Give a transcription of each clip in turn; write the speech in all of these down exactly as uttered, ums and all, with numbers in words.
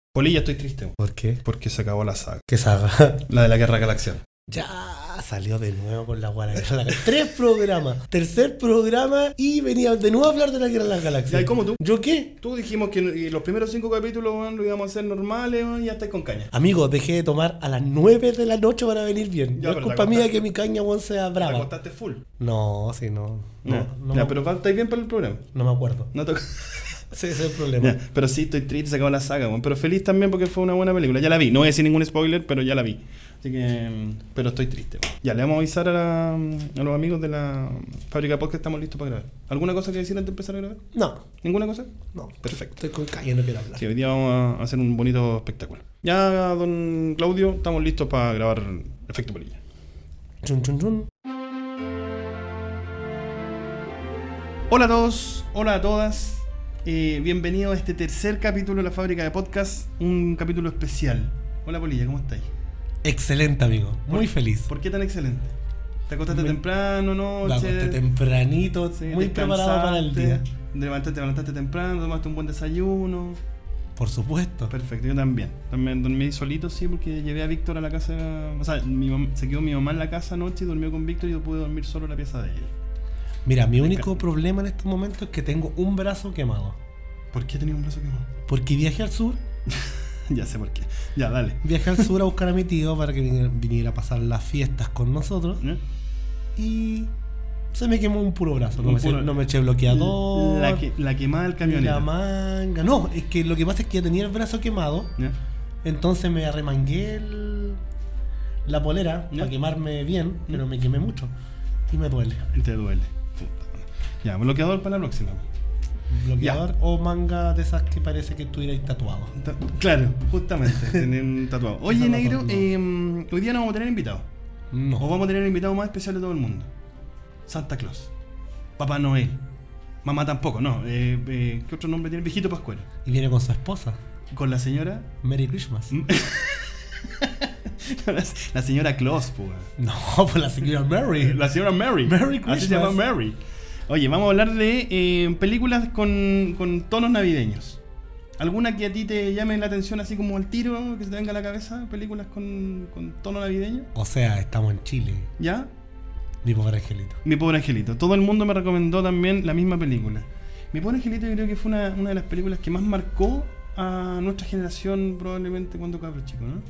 Polilla, estoy triste. ¿Por qué? Porque se acabó la saga. ¿Qué saga? La de la Guerra Galaxial. Ya salió de nuevo con la Guerra de las Galaxias. Tres programas. Tercer programa y venía de nuevo a hablar de la Guerra de las Galaxias. ¿Y cómo tú? ¿Yo qué? Tú dijimos que los primeros cinco capítulos bueno, lo íbamos a hacer normales bueno, y ya estáis con caña. Amigo, dejé de tomar a las nueve de la noche para venir bien. Ya, no es culpa mía que mi caña bueno, sea ¿Te brava. acostaste full? No, sí, no. No, Ya, no, ya me, pero estáis bien para el programa. no me acuerdo. No te... Sí, ese es el problema. Ya, pero sí, estoy triste, se acabó la saga, bueno, pero feliz también porque fue una buena película. Ya la vi, no voy a decir ningún spoiler, pero ya la vi. Así que, pero estoy triste. Bueno. Ya, le vamos a avisar a, la, a los amigos de la fábrica de podcast que estamos listos para grabar. ¿Alguna cosa que decir antes de empezar a grabar? No, ¿Ninguna cosa? no. Perfecto. Estoy con caña, no quiero hablar. Sí, hoy día vamos a hacer un bonito espectáculo. Ya, don Claudio, estamos listos para grabar Efecto Polilla. Chun, chun, chun. Hola a todos, hola a todas. Eh, bienvenidos a este tercer capítulo de la fábrica de podcast, un capítulo especial. Hola Polilla, ¿cómo estáis? Excelente, amigo. Muy ¿Por, feliz. ¿Por qué tan excelente? ¿Te acostaste Me- temprano, noche? Me acosté tempranito, Sí, muy preparado para el día. Te levantaste, te levantaste temprano, tomaste un buen desayuno. Por supuesto. Perfecto, yo también. También dormí solito, sí, porque llevé a Víctor a la casa. O sea, mi mam- se quedó mi mamá en la casa anoche y durmió con Víctor y yo pude dormir solo en la pieza de ella. Mira, mi Me único encanta. problema en estos momentos es que tengo un brazo quemado. ¿Por qué tenía un brazo quemado? Porque viajé al sur, Ya sé por qué. Ya, dale. viajé al sur a buscar a mi tío para que viniera, viniera a pasar las fiestas con nosotros ¿Eh? y se me quemó un puro brazo. No, Un me, puro- eché- no me eché bloqueador, La, que, la quemada del ni camionero. la manga. No, es que lo que pasa es que ya tenía el brazo quemado, ¿Ya? entonces me arremangué el- la polera ¿Ya? para quemarme bien, pero me quemé mucho y me duele. Te duele. Puta. Ya, bloqueador para la próxima. Bloqueador o manga de esas que parece que estuvierais tatuado. Ta- Claro, justamente, tener un tatuado. Oye, Esa negro, tatuado. eh, hoy día no vamos a tener invitados. No. O vamos a tener el invitado más especial de todo el mundo. Santa Claus. Papá Noel. Mamá tampoco, no. Eh, eh, ¿Qué otro nombre tiene? Viejito Pascuero. Y viene con su esposa. Con la señora... Merry Christmas. la señora Claus, pues. No, pues la señora Mary. La señora Mary. Merry Así se llama Christmas. Mary. Oye, vamos a hablar de eh, películas con, con tonos navideños. ¿Alguna que a ti te llame la atención así como al tiro, que se te venga a la cabeza? Películas con, con tono navideño. O sea, estamos en Chile. ¿Ya? Mi pobre angelito. Mi pobre angelito. Todo el mundo me recomendó también la misma película. Mi pobre angelito yo creo que fue una, una de las películas que más marcó a nuestra generación probablemente cuando cabros chicos, ¿no?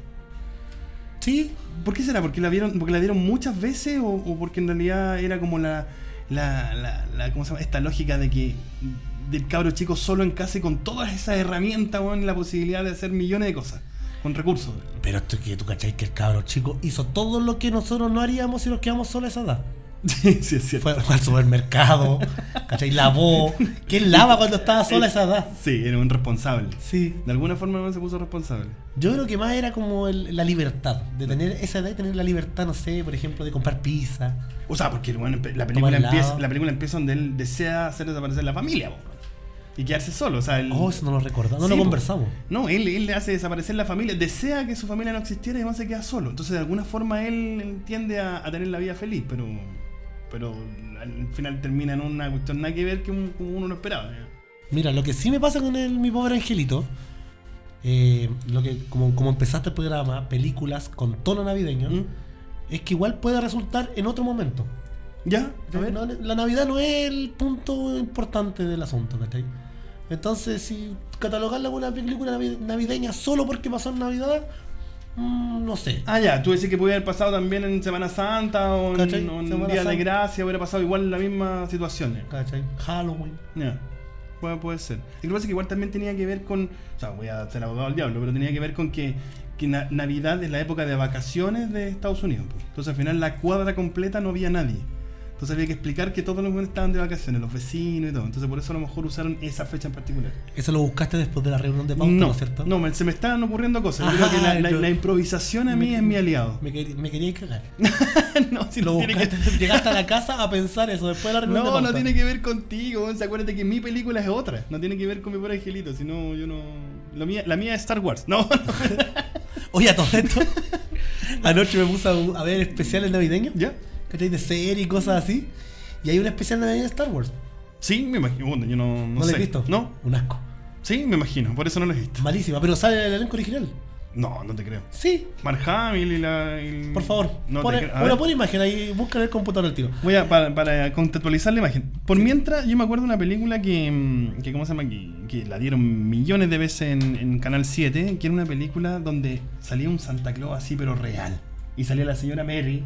Sí. ¿Por qué será? ¿Porque la vieron, porque la vieron muchas veces o, o porque en realidad era como la, la, la, la ¿cómo se llama? Esta lógica de que del cabro chico solo en casa y con todas esas herramientas, bueno, la posibilidad de hacer millones de cosas con recursos? Pero esto que tú cacháis que el cabro chico hizo todo lo que nosotros no haríamos si nos quedamos solos a esa edad. Sí, sí, es cierto. Fue, fue al supermercado, ¿cachai? Lavó. ¿Quién lava cuando estaba sola a esa edad? Sí, era un responsable. Sí. De alguna forma no se puso responsable. Yo creo que más era como el- la libertad. De tener esa edad y tener la libertad, no sé, por ejemplo, de comprar pizza. O sea, porque bueno, la película Tomar empieza, helado. la película empieza donde él desea hacer desaparecer la familia, po, y quedarse solo. O sea, él, Oh, eso no lo recordamos, no Sí, lo po. conversamos. No, él, él le hace desaparecer la familia, desea que su familia no existiera y además se queda solo. Entonces, de alguna forma, él, él tiende a, a tener la vida feliz, pero pero al final termina en una cuestión nada que ver que un- como uno no esperaba. ¿ya? Mira, lo que sí me pasa con el, mi pobre angelito, eh, lo que como, como empezaste el programa, películas con tono navideño, ¿Mm? es que igual puede resultar en otro momento. ¿Ya? A ver. No, la Navidad no es el punto importante del asunto, ¿cachai? Entonces, si catalogarla como una película navi- navideña solo porque pasó en Navidad, mm, no sé. Ah, ya, tú decís que puede haber pasado también en Semana Santa o en, ¿Cachai? o en Semana Día de Santa. Gracia, hubiera pasado igual la misma situación. ¿ya? ¿Cachai? Halloween. Ya, puede, puede ser. Y lo que pasa es que igual también tenía que ver con. O sea, voy a ser abogado del diablo, pero tenía que ver con que, que na- Navidad es la época de vacaciones de Estados Unidos. Pues. Entonces al final la cuadra completa no había nadie. Entonces había que explicar que todos los jóvenes estaban de vacaciones, los vecinos y todo. Entonces por eso a lo mejor usaron esa fecha en particular. Eso lo buscaste después de la reunión de pauta, ¿no, No, es cierto? no, me- se me estaban ocurriendo cosas. Yo Ajá, creo que la, la- yo- la improvisación a mí me- es mi aliado. Me, quer- me quería cagar. no, si Lo no tiene que buscaste, llegaste a la casa a pensar eso después de la reunión de No, pauta. no tiene que ver contigo, o sea, acuérdate que mi película es otra, no tiene que ver con mi pobre angelito, sino yo no... La mía, la mía es Star Wars, no, Oye, a todo esto, anoche me puse a, a ver especiales navideños, ¿ya? ¿cachai? De serie y cosas así. Y hay un especial navideño de Star Wars. Sí, me imagino, bueno, yo no, no, ¿No lo sé. has visto? ¿No? Un asco. Sí, me imagino, por eso no lo he visto. Malísima, pero sale el elenco original. No, no te creo. Sí. Mark Hamill y la... y- Por favor, no pone, te creo. A una ver, buena imagen ahí, busca en el computador el tiro. voy a, para, para contextualizar la imagen. Por mientras, yo me acuerdo de una película que, mm, que ¿cómo se llama? Que, que la dieron millones de veces en, en Canal siete, que era una película donde salía un Santa Claus así, pero real. Y salía la señora Mary,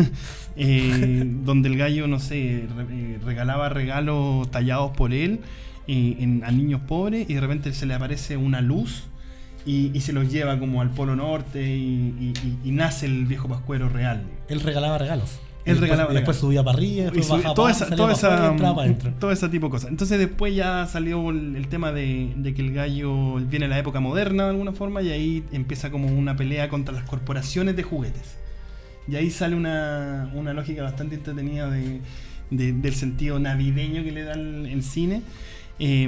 eh, donde el gallo, no sé, re- eh, regalaba regalos tallados por él eh, en- a niños pobres, y de repente se le aparece una luz y, y se los lleva como al Polo Norte y, y- y- y nace el viejo pascuero real. Él regalaba regalos. Él Y después, regalaba y después regalos. subía para arriba, Y después su- bajaba toda para esa, abajo, toda salía para afuera y esa, entraba para adentro. todo ese tipo de cosas. Entonces después ya salió el, el tema de, de que el gallo viene la época moderna de alguna forma, y ahí empieza como una pelea contra las corporaciones de juguetes. Y ahí sale una, una lógica bastante entretenida de, de- del sentido navideño que le da el, el cine. Eh, y-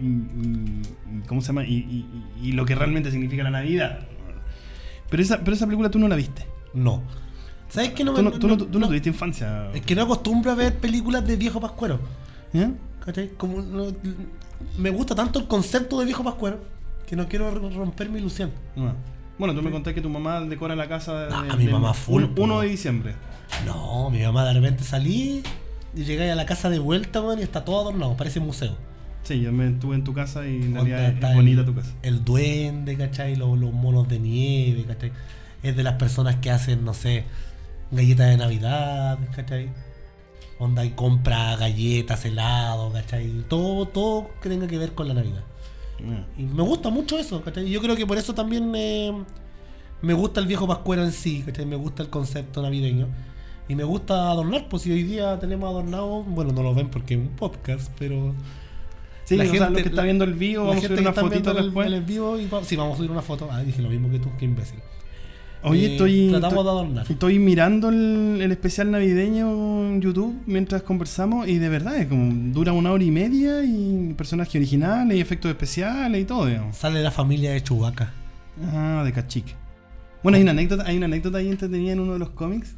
y- ¿Cómo se llama? Y, y- y- y lo que realmente significa la Navidad. Pero esa, pero esa película tú no la viste. No. ¿Sabes qué? No, Tú me- no, tú no- no- tú no no- tuviste infancia. Es que no acostumbro a ver películas de viejo pascuero. ¿Ya? ¿Cachai? Como no- me gusta tanto el concepto de viejo pascuero que no quiero romper mi ilusión. No. Bueno, tú me contaste que tu mamá decora la casa de, Ah, de- mi de- mamá full, un- po. uno de diciembre. No, mi mamá de repente salí y llegué a la casa de vuelta, man, y está todo adornado, parece museo. Sí, yo me estuve en tu casa y en realidad Onda, es, está es bonita el, tu casa. el duende, ¿cachai? Los, los monos de nieve, ¿cachai? Es de las personas que hacen, no sé, galletas de Navidad, ¿cachai? Onda y compra galletas, helados, ¿cachai? Todo, todo que tenga que ver con la Navidad. Ah. Y me gusta mucho eso, ¿cachai? Yo creo que por eso también eh, me gusta el viejo pascuero en sí, ¿cachai? Me gusta el concepto navideño. Y me gusta adornar, pues si hoy día tenemos adornado, bueno, no lo ven porque es un podcast, pero... Sí, la o sea, gente- lo que está la- viendo el vivo, la vamos a gente subir una que está fotito viendo el- después. el en vivo y va- sí, vamos a subir una foto. Ah, dije lo mismo que tú, qué imbécil. Oye, Eh, estoy, tratamos estoy, de adornar. estoy mirando el, el especial navideño en YouTube mientras conversamos, y de verdad es como dura una hora y media, y personajes originales y efectos especiales y todo, digamos. Sale la familia de Chewbacca. Ah, de Cachique. Bueno, hay una anécdota, hay una anécdota ahí entretenida en uno de los cómics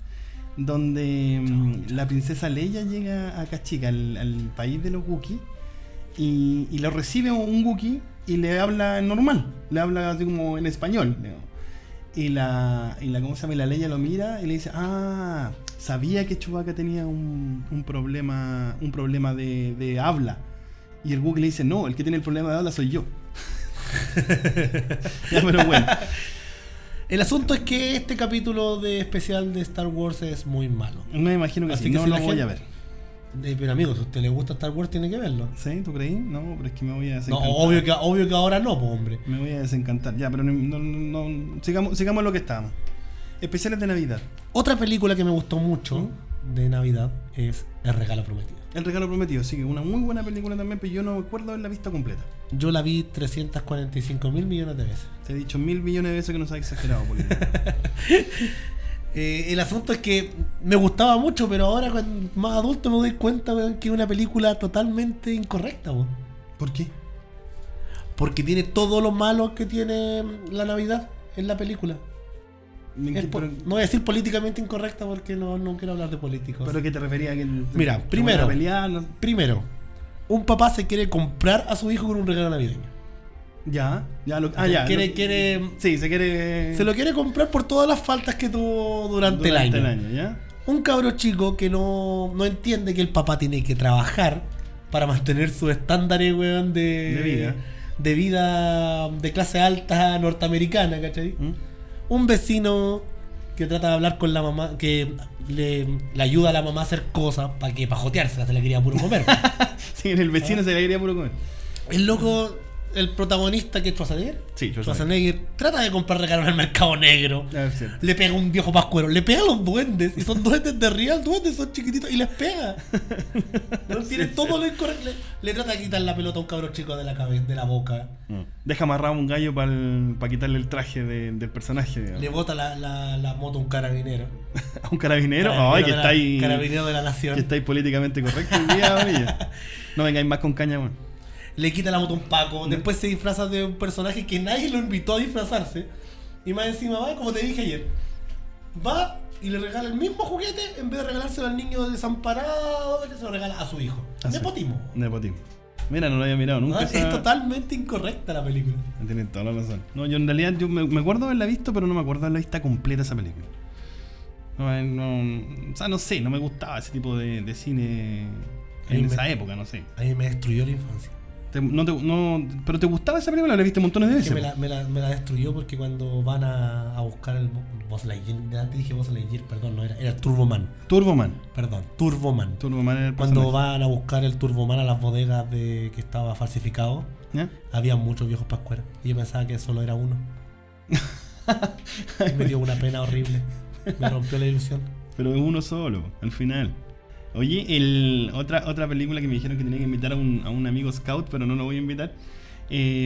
donde mm, la princesa Leia llega a Cachique, al, al país de los Wookiee, y, y lo recibe un Wookiee y le habla normal, le habla así como en español, digamos. Y la, y la, ¿cómo se llama? Y la Leia lo mira y le dice, ah, sabía que Chewbacca tenía un, un problema, un problema de, de habla. Y el Wookiee le dice, no, el que tiene el problema de habla soy yo. Ya, pero bueno. El asunto es que este capítulo de especial de Star Wars es muy malo. Me imagino que Así sí, que no si lo la voy gente- a ver. Eh, pero amigos, si a usted le gusta Star Wars, tiene que verlo. ¿Sí? ¿Tú creí? No, pero es que me voy a No, desencantar. obvio que, obvio que ahora no, pues hombre. Me voy a desencantar. Ya, pero no, no, no- sigamos, sigamos lo que estábamos. Especiales de Navidad. Otra película que me gustó mucho de Navidad es El Regalo Prometido. El regalo prometido, sí, que una muy buena película también, pero yo no me acuerdo haberla visto completa. Yo la vi trescientos cuarenta y cinco mil millones de veces. Te he dicho mil millones de veces que no se ha exagerado, Poli. Eh, el asunto es que me gustaba mucho, pero ahora cuando más adulto me doy cuenta, weón, que es una película totalmente incorrecta, weón. ¿Por qué? Porque tiene todo lo malo que tiene la Navidad en la película. ¿En Es qué- po- pero, no voy a decir políticamente incorrecta porque no, no quiero hablar de políticos. ¿Pero qué te refería? Que el- Mira, que primero- van a pelear, no- Primero, un papá se quiere comprar a su hijo con un regalo navideño. Ya, ya, lo, ah, ya. quiere, lo- quiere, Sí, se quiere. se lo quiere comprar por todas las faltas que tuvo durante, durante el año. ¿ya? Un cabro chico que no, no entiende que el papá tiene que trabajar para mantener sus estándares, weón, de, De vida. de vida de clase alta norteamericana, ¿cachai? ¿Mm? Un vecino que trata de hablar con la mamá, que le, le ayuda a la mamá a hacer cosas para que pajotearse, se le quería puro comer. Sí, el vecino se la quería puro comer. El loco, el protagonista que es Schwarzenegger, Sí, Schwarzenegger. Schwarzenegger trata de comprar regalos en el mercado negro. Ah, es cierto. Le pega un viejo pascuero, le pega a los duendes, y son duendes de real, duendes son chiquititos, y les pega. No tiene todo lo incorrecto. Le, le trata de quitar la pelota a un cabro chico de la cabeza, de la boca. Mm. Deja amarrado un gallo para quitarle el traje de- del personaje, digamos. Le bota la, la, la moto a un carabinero. A un carabinero. Carabinero Ay, que de está la- ahí. Carabinero de la nación. Que está ahí políticamente correcto el día, Bonilla. No vengáis más con caña, weón. Le quita la moto a un Paco. Después se disfraza de un personaje que nadie lo invitó a disfrazarse. Y más encima va, como te dije ayer, va y le regala el mismo juguete en vez de regalárselo al niño desamparado, se lo regala a su hijo. Ah, sí. Nepotismo. Nepotismo. Mira, no lo había mirado nunca. Ah, esa... Es totalmente incorrecta la película. Tienen toda la razón. No, yo en realidad yo me, me acuerdo haberla visto, pero no me acuerdo haberla vista completa esa película. No, eh, no, o sea, no sé, no me gustaba ese tipo de, de cine en esa me, época, no sé. A mí me destruyó la infancia. Te, no te, no, ¿Pero te gustaba esa película? ¿La viste montones de es veces? Que me, la, me, la, me la destruyó porque cuando van a, a buscar el Buzz Lightyear, antes dije Buzz Lightyear, perdón, no era, era Turboman. Turboman. Perdón, Turboman. Turboman era el Cuando van a buscar el Turboman a las bodegas de que estaba falsificado, ¿ya? Había muchos viejos pascueros. Y yo pensaba que solo era uno. Y me dio una pena horrible. Me rompió la ilusión. Pero es uno solo, al final. Oye, el, otra, otra película que me dijeron que tenía que invitar a un, a un amigo scout, pero no lo voy a invitar. Eh,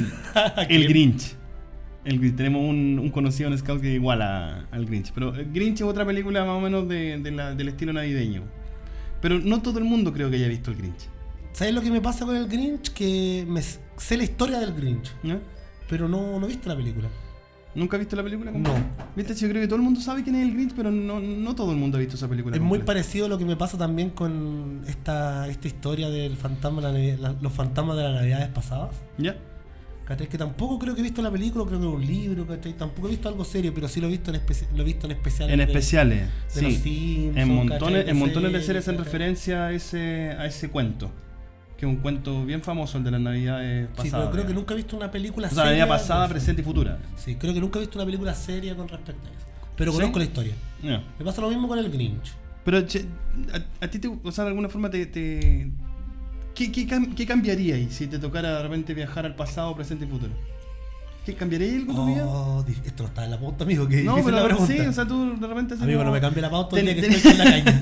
el Grinch. El Grinch. Tenemos un, un conocido en scout que es igual a, al Grinch. Pero el Grinch es otra película más o menos de, de la, del estilo navideño. Pero no todo el mundo creo que haya visto el Grinch. ¿Sabes lo que me pasa con el Grinch? Que me sé la historia del Grinch, ¿no? Pero no, no he visto la película. ¿Nunca has visto la película? No. ¿Viste? Yo creo que todo el mundo sabe quién es el Grinch, pero no, no todo el mundo ha visto esa película. Es completa. muy parecido a lo que me pasa también con esta, esta historia del fantasma, la, la, los fantasmas de las navidades pasadas. ¿Ya? ¿Cachai? Que tampoco creo que he visto la película, creo que es un libro, ¿cachai? Tampoco he visto algo serio, pero sí lo he visto en, especi lo he visto en especiales. En de, especiales, de sí. Los Simpsons, en montones, de en montones de series, series en ¿cachai? referencia a ese, a ese cuento. Que es un cuento bien famoso, el de las navidades pasadas. Sí, pero creo que nunca he visto una película o sea, seria. la Navidad pasada, presente y futura. Sí, creo que nunca he visto una película seria con respecto a eso. Pero ¿Sí? conozco la historia. Yeah. Me pasa lo mismo con el Grinch. Pero, che, a, a ti, te, o sea, de alguna forma te... te ¿qué, qué, ¿Qué cambiaría ahí si te tocara de repente viajar al pasado, presente y futuro? ¿Qué cambiaría algo en tu vida? Oh, esto no está en la pauta, amigo. Que no, pero la pregunta. sí, o sea, tú de repente... Amigo, como... no me cambie la pauta el ten, día que ten... estoy con la caña.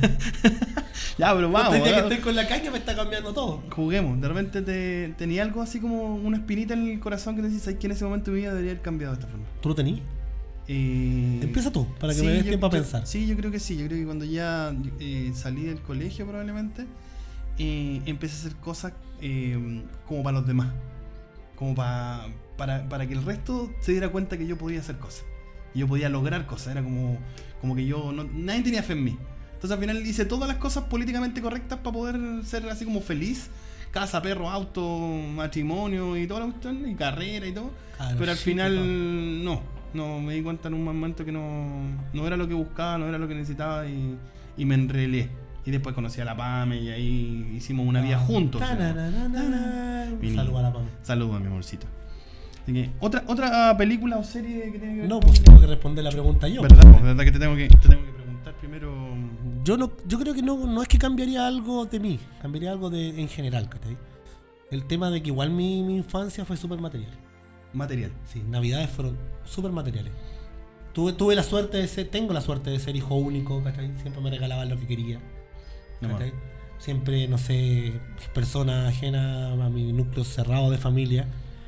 Ya, pero vamos. El día que estoy con la caña me está cambiando todo. Juguemos. De repente te, tenía algo así como una espinita en el corazón que te decís, que en ese momento de mi vida debería haber cambiado de esta forma. ¿Tú lo tenías? Eh, Empieza tú, para que sí, me des yo, tiempo a yo, pensar. Sí, yo creo que sí. Yo creo que cuando ya eh, salí del colegio probablemente, eh, empecé a hacer cosas eh, como para los demás. Como para, para, para que el resto se diera cuenta que yo podía hacer cosas. Y yo podía lograr cosas. Era como, como que yo... No, nadie tenía fe en mí. Entonces al final hice todas las cosas políticamente correctas para poder ser así como feliz. Casa, perro, auto, matrimonio y toda la cuestión, y carrera y todo. Claro, pero al sí, final claro. no. No, me di cuenta en un momento que no, no era lo que buscaba, no era lo que necesitaba y, y me enrelé. Y después conocí a la Pame y ahí hicimos una vida juntos. Saludos a la Pame. Saludos a mi amorcito. Así que, ¿otra, otra película o serie que tiene que ver? No, pues tengo que responder la pregunta yo. ¿Verdad? Pues, ¿verdad que te tengo que, te tengo que preguntar primero? Yo no, yo creo que no, no es que cambiaría algo de mí, cambiaría algo de en general, ¿cachai? El tema de que igual mi, mi infancia fue súper material. Material. Sí, navidades fueron súper materiales. Tuve, tuve la suerte de ser, tengo la suerte de ser hijo único, ¿cachai? Siempre me regalaban lo que quería, ¿cachai? No, siempre, no sé, personas ajenas a mi núcleo cerrado de familia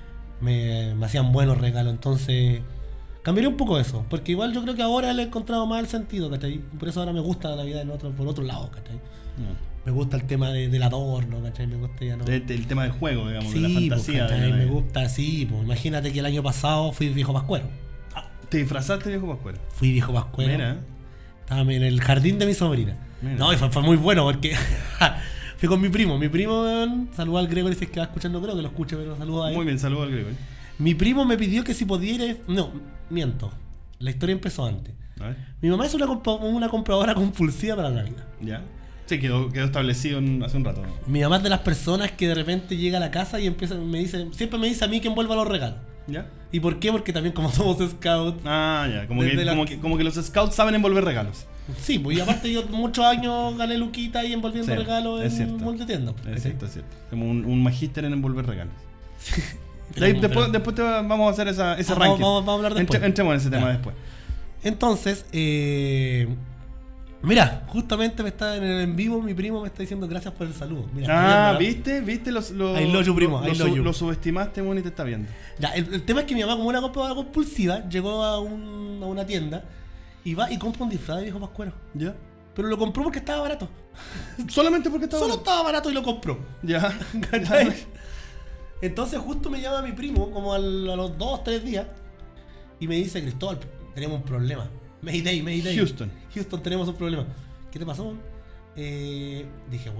me, me hacían buenos regalos, entonces cambiaría un poco eso, porque igual yo creo que ahora le he encontrado más el sentido, ¿cachai? Por eso ahora me gusta la Navidad en otro, por otro lado, ¿cachai? No. Me gusta el tema de, del adorno, ¿cachai? Me gusta ya no... el, el tema del juego, digamos, sí, de la fantasía. Pues, de la me gusta, sí, pues imagínate que el año pasado fui viejo pascuero. Ah, ¿te disfrazaste viejo pascuero? Fui viejo pascuero. Mira. Estaba en el jardín de mi sobrina. Mira. No, y fue, fue muy bueno porque fui con mi primo. Mi primo, saluda al Gregory, si es que va escuchando, creo que lo escuche, pero saluda a él. Muy bien, saluda al Gregory. Mi primo me pidió que si podía ir... No, miento. La historia empezó antes. A ver. Mi mamá es una, una compradora compulsiva para la Navidad. Ya. Sí, quedó, quedó establecido en, hace un rato. Mi mamá es de las personas que de repente llega a la casa y empieza, me dice, siempre me dice a mí que envuelva los regalos. ¿Ya? ¿Y por qué? Porque también como somos scouts. Ah, ya, como, que, la... como, que, como que los scouts saben envolver regalos. Sí, pues y aparte yo muchos años gané luquita ahí envolviendo sí, regalos en cierto. molde tienda. Es cierto, es cierto. Como un, un magíster en envolver regalos. Sí. De ahí, después, después te va, vamos a hacer esa, ese ah, ranking. Vamos, vamos a hablar después. Entre, entremos en ese ya. tema después. Entonces, eh... mira, justamente me está en el en vivo, mi primo me está diciendo gracias por el saludo. Mira, ah, ¿viste? ¿Viste? Los, los, I love you, primo. Lo, I love lo, you. lo subestimaste, bueno, y te está viendo. Ya, el, el tema es que mi mamá, como una compradora compulsiva, llegó a, un, a una tienda y va y compra un disfraz de viejo pascuero. ¿Ya? Pero lo compró porque estaba barato. ¿Solamente porque estaba Solo barato? estaba barato y lo compró. Ya. ¿Cachai? Entonces justo me llama mi primo, como al, a los dos, tres días, y me dice, Cristóbal, tenemos un problema. Mayday, Mayday. Houston. Houston, tenemos un problema. ¿Qué te pasó? Eh, dije, weón,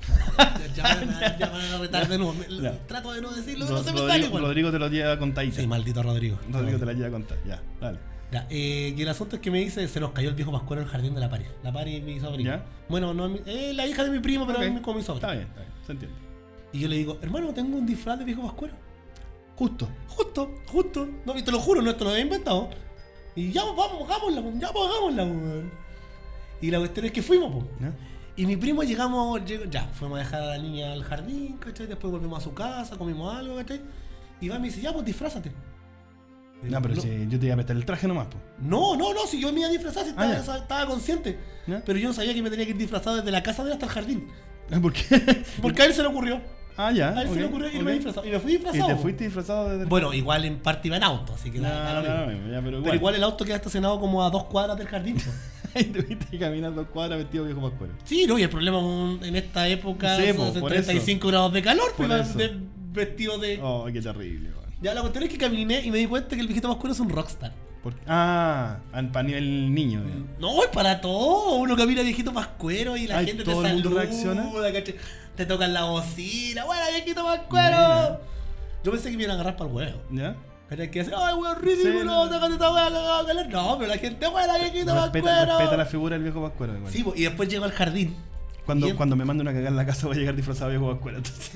Ya van a, ya van a retar de nuevo. Ya. Trato de no decirlo, Ro- no se me Rodrigo, sale igual. Rodrigo te lo lleva a contar. Sí, maldito Rodrigo. Rodrigo te la lleva a contar. Ya, dale. Ya, eh, y el asunto es que me dice, se nos cayó el viejo Pascuero en el jardín de la Pari. La Pari es mi sobrina. ¿Ya? Bueno, no es mi- eh, la hija de mi primo, pero Ok. es mi- como mi sobrina. Está bien, está bien, se entiende. Y yo le digo, hermano, tengo un disfraz de viejo Pascuero. Justo. Justo, justo. No, y te lo juro, no, esto lo he inventado. Y ya, vamos, hagámosla, po, ya, pues, hagámosla, po, weón. Y la cuestión es que fuimos, pues. ¿Ya? Y mi primo llegamos, llegó- ya, fuimos a dejar a la niña al jardín, ¿cachai? Después volvimos a su casa, comimos algo, ¿cachai? Y va y me dice, ya, pues disfrázate. Y No, pero no, si yo te iba a meter el traje nomás, pues. no, no, no, si yo me iba a disfrazar, si Ah, estaba, ya. estaba consciente. ¿Ya? Pero yo no sabía que me tenía que ir disfrazado desde la casa de él hasta el jardín. ¿Por qué? Porque a él se le ocurrió. Ah, ya. A él se le ok, ocurrió ok. irme disfrazado. Y me fui Y disfrazado. te po. fuiste disfrazado de. Bueno, igual en parte iba en auto, así que No, da- da lo no, mismo. no, ya, pero igual. Pero igual el auto queda estacionado como a dos cuadras del jardín. po. Y tuviste que caminar dos cuadras vestido viejo pascuero. Sí, no, y el problema un- en esta época Sí, son po, hace por treinta y cinco grados de calor, Por pues, eso. de, vestido de... Oh, qué terrible, weón. Ya, la cuestión es que caminé y me di cuenta que el viejito Pascuero es un rockstar. ¿Por qué? Ah, para nivel niño. digamos. No, es para todo. Uno camina viejito Pascuero y la Ay, gente todo te el mundo saluda, reacciona. ¿cachai? Te tocan la bocina. ¡Buena, viejito Pascuero! Mira. Yo pensé que me iban a agarrar para el huevo. ¿Ya? Pero que hace, ¡ay, weón, ridículo! Sí, no. ¡Sácate esta weá, la hago calar! No, pero la gente, ¡buena, viejito Respeta, Pascuero! respeta la figura del viejo pascuero. igual. Sí, po, y después llego al jardín. Cuando, y- cuando me mande una cagada en la casa voy a llegar disfrazado de viejo pascuero. Entonces.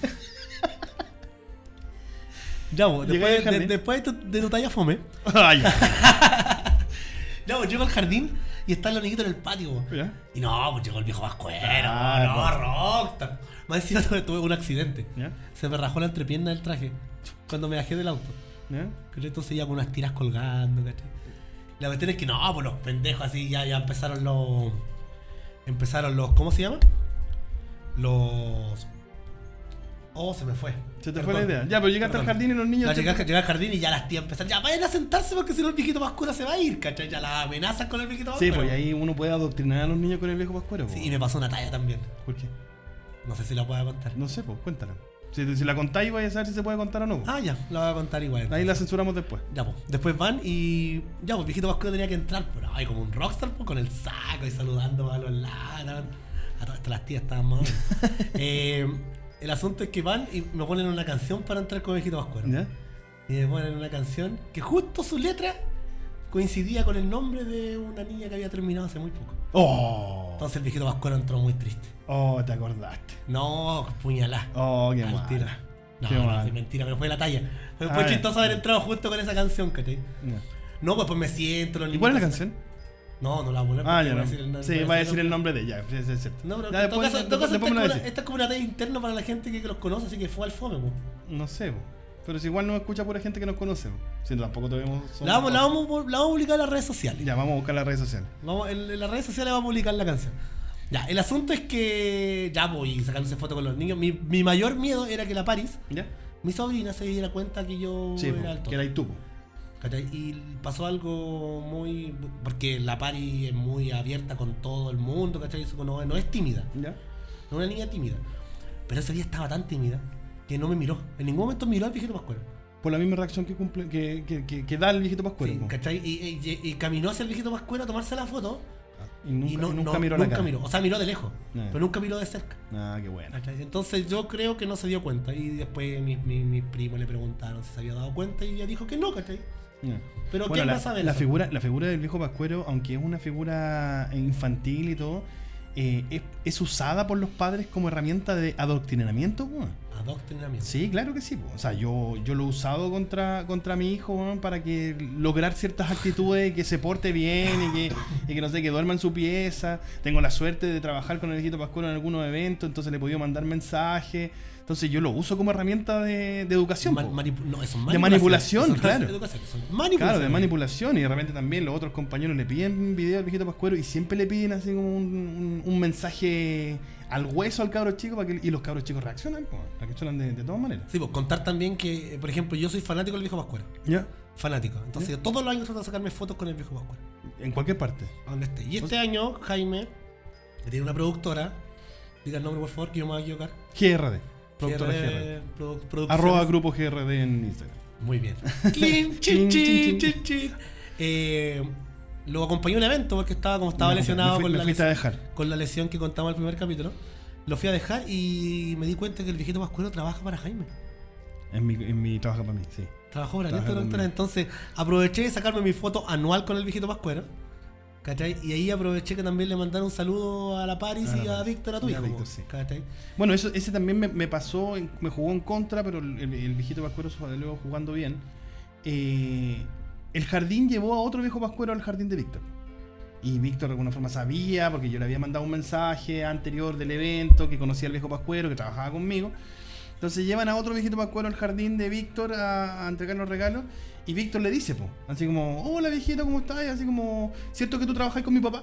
Ya, po, Llegué al después, de, jardín. después de, tu, de tu talla fome. Ah, ya. Ya, pues llego al jardín y están los niñitos en el patio. po. ¿Ya? Y no, pues llegó el viejo Pascuero. Ah, no, rockstar. Más encima tuve tuve un accidente. ¿Ya? Se me rajó la entrepierna del traje cuando me bajé del auto. ¿Ya? ¿Cachai? Entonces ya con unas tiras colgando, ¿cachai? La cuestión es que no, pues los pendejos así ya, ya empezaron los. Empezaron los. ¿Cómo se llama? Los. Oh, se me fue. Se te Perdón. fue la idea. Ya, pero llegaste Perdón. al jardín y los niños. Ya, te- llegué, al- llegué al jardín y ya las tías empezaron. Ya vayan a sentarse porque si no el viejito Pascuero se va a ir, ¿cachai? Ya las amenazan con el viejito Sí, Pascuero. pues y ahí uno puede adoctrinar a los niños con el viejo pascuero. Sí, po. y me pasó una talla también. ¿Por qué? No sé si la puedo contar. No sé, pues cuéntala. Si, si la contáis, vais a saber si se puede contar o no. po. Ah, ya, la voy a contar igual. Ahí entonces. la censuramos después. Ya, pues. Después van y. Ya, pues, viejito Pascuero tenía que entrar, pero ay, como un rockstar, pues, con el saco y saludando a los lados. A todas estas las tías estaban más. eh, el asunto es que van y me ponen una canción para entrar con viejito Pascuero. ¿Ya? Y me ponen una canción que justo su letra coincidía con el nombre de una niña que había terminado hace muy poco. Oh. Entonces el viejito Pascuero entró muy triste. Oh, te acordaste. No, puñalá. Oh, qué Al mal. tiro. No, Qué no, mal. sí, mentira, pero fue la talla. Fue, Ah, fue ya. chistoso haber entrado justo con esa canción, ¿cachai? Ya. No, pues, pues me siento. Los ¿Y cuál es la niñitos- canción? No, no la voy a poner. Ah, porque ya voy no. decir el- Sí, voy va a decir el nombre. nombre de ella. Sí, sí, es cierto. No, pero Ya en todo después, caso, en todo después, caso esta, después es me como lo una, decís. esta es como una talla interna para la gente que, que los conoce, así que fue al fome, po. No sé, po. Pero si igual no escucha pura gente que nos conoce, po. Si tampoco tuvimos. La vamos, la, vamos, la vamos a publicar en las redes sociales. Ya, vamos a buscar las redes sociales. Vamos, en, en las redes sociales vamos a publicar la canción. Ya, el asunto es que. Ya voy sacándose fotos con los niños. Mi, mi mayor miedo era que la Paris, ¿Ya? mi sobrina, se diera cuenta que yo Sí, po, era alto. que era tú, po. ¿Cachai? Y pasó algo muy. Porque la Pari es muy abierta con todo el mundo, ¿cachai? Eso No, no es tímida, ¿Ya? no es una niña tímida. Pero ese día estaba tan tímida que no me miró. En ningún momento miró al viejito Pascuero. Por la misma reacción que cumple, que, que, que, que da el viejito pascuero, Sí, po. ¿cachai? Y, y- y caminó hacia el viejito Pascuero a tomarse la foto Y nunca, y no, nunca no- miró la nunca cara. miró. O sea, miró de lejos, Ah. pero nunca miró de cerca. Ah, qué bueno. ¿Cachai? Entonces yo creo que no se dio cuenta. Y después mis, mis, mis primos le preguntaron si se había dado cuenta y ella dijo que no, ¿cachai? Ya. Pero Bueno, ¿quién la, va a saber la eso? figura, la figura del viejo pascuero, aunque es una figura infantil y todo, eh, es, es usada por los padres como herramienta de adoctrinamiento, po. Adoctrinamiento. Sí, claro que sí, po. O sea, yo, yo lo he usado contra, contra mi hijo, weón, para que lograr ciertas actitudes, que se porte bien y que, y que no sé, que duerma en su pieza. Tengo la suerte de trabajar con el viejito pascuero en algunos eventos, entonces le he podido mandar mensajes. Entonces yo lo uso como herramienta de, de educación. Ma- po. manipu- no, eso es De manipulación, Eso no es claro. educación, eso es manipulación. Claro, de manipulación. Y de repente también los otros compañeros le piden video al viejito pascuero y siempre le piden así como un, un, un mensaje al hueso al cabro chico para que, y los cabros chicos reaccionan, po, reaccionan de, de todas maneras. Sí, pues contar también que, por ejemplo, yo soy fanático del viejo Pascuero. ¿Ya? Fanático. Entonces, yo todos los años trato de sacarme fotos con el viejo Pascuero. En cualquier parte. a Donde esté. Y este año, Jaime, que tiene una productora, diga el nombre por favor, que yo me voy a equivocar. G R D. Productora G R D. Produ- Producciones. Arroba grupo G R D en Instagram. Muy bien. Clean, chin, chin, chin, chin. Eh, lo acompañé a un evento porque estaba como estaba Me- lesionado me fui- con, me la fuiste a lesión, dejar. con la lesión que contamos en el primer capítulo. lo fui a dejar y me di cuenta que el viejito Pascuero trabaja para Jaime. En mi, en mi trabajo para mí, sí. Trabajó para Trabaja Aliento, conmigo. entonces aproveché de sacarme mi foto anual con el viejito Pascuero. ¿Cachai? Y ahí aproveché que también le mandaron un saludo a la Paris A la y a Paris. Víctor, a tu Y a hijo. Víctor, sí. ¿Cachai? Bueno, eso, ese también me, me pasó, en- me jugó en contra, pero el, el- el viejito Pascuero luego jugando bien. Eh, el jardín llevó a otro viejo Pascuero al jardín de Víctor. Y Víctor de alguna forma sabía, porque yo le había mandado un mensaje anterior del evento, que conocía al viejo Pascuero, que trabajaba conmigo. Entonces llevan a otro viejito Pascuero al jardín de Víctor a, a entregar los regalos. Y Víctor le dice, po, así como, hola viejito, ¿cómo estás? Y así como, ¿cierto que tú trabajas con mi papá?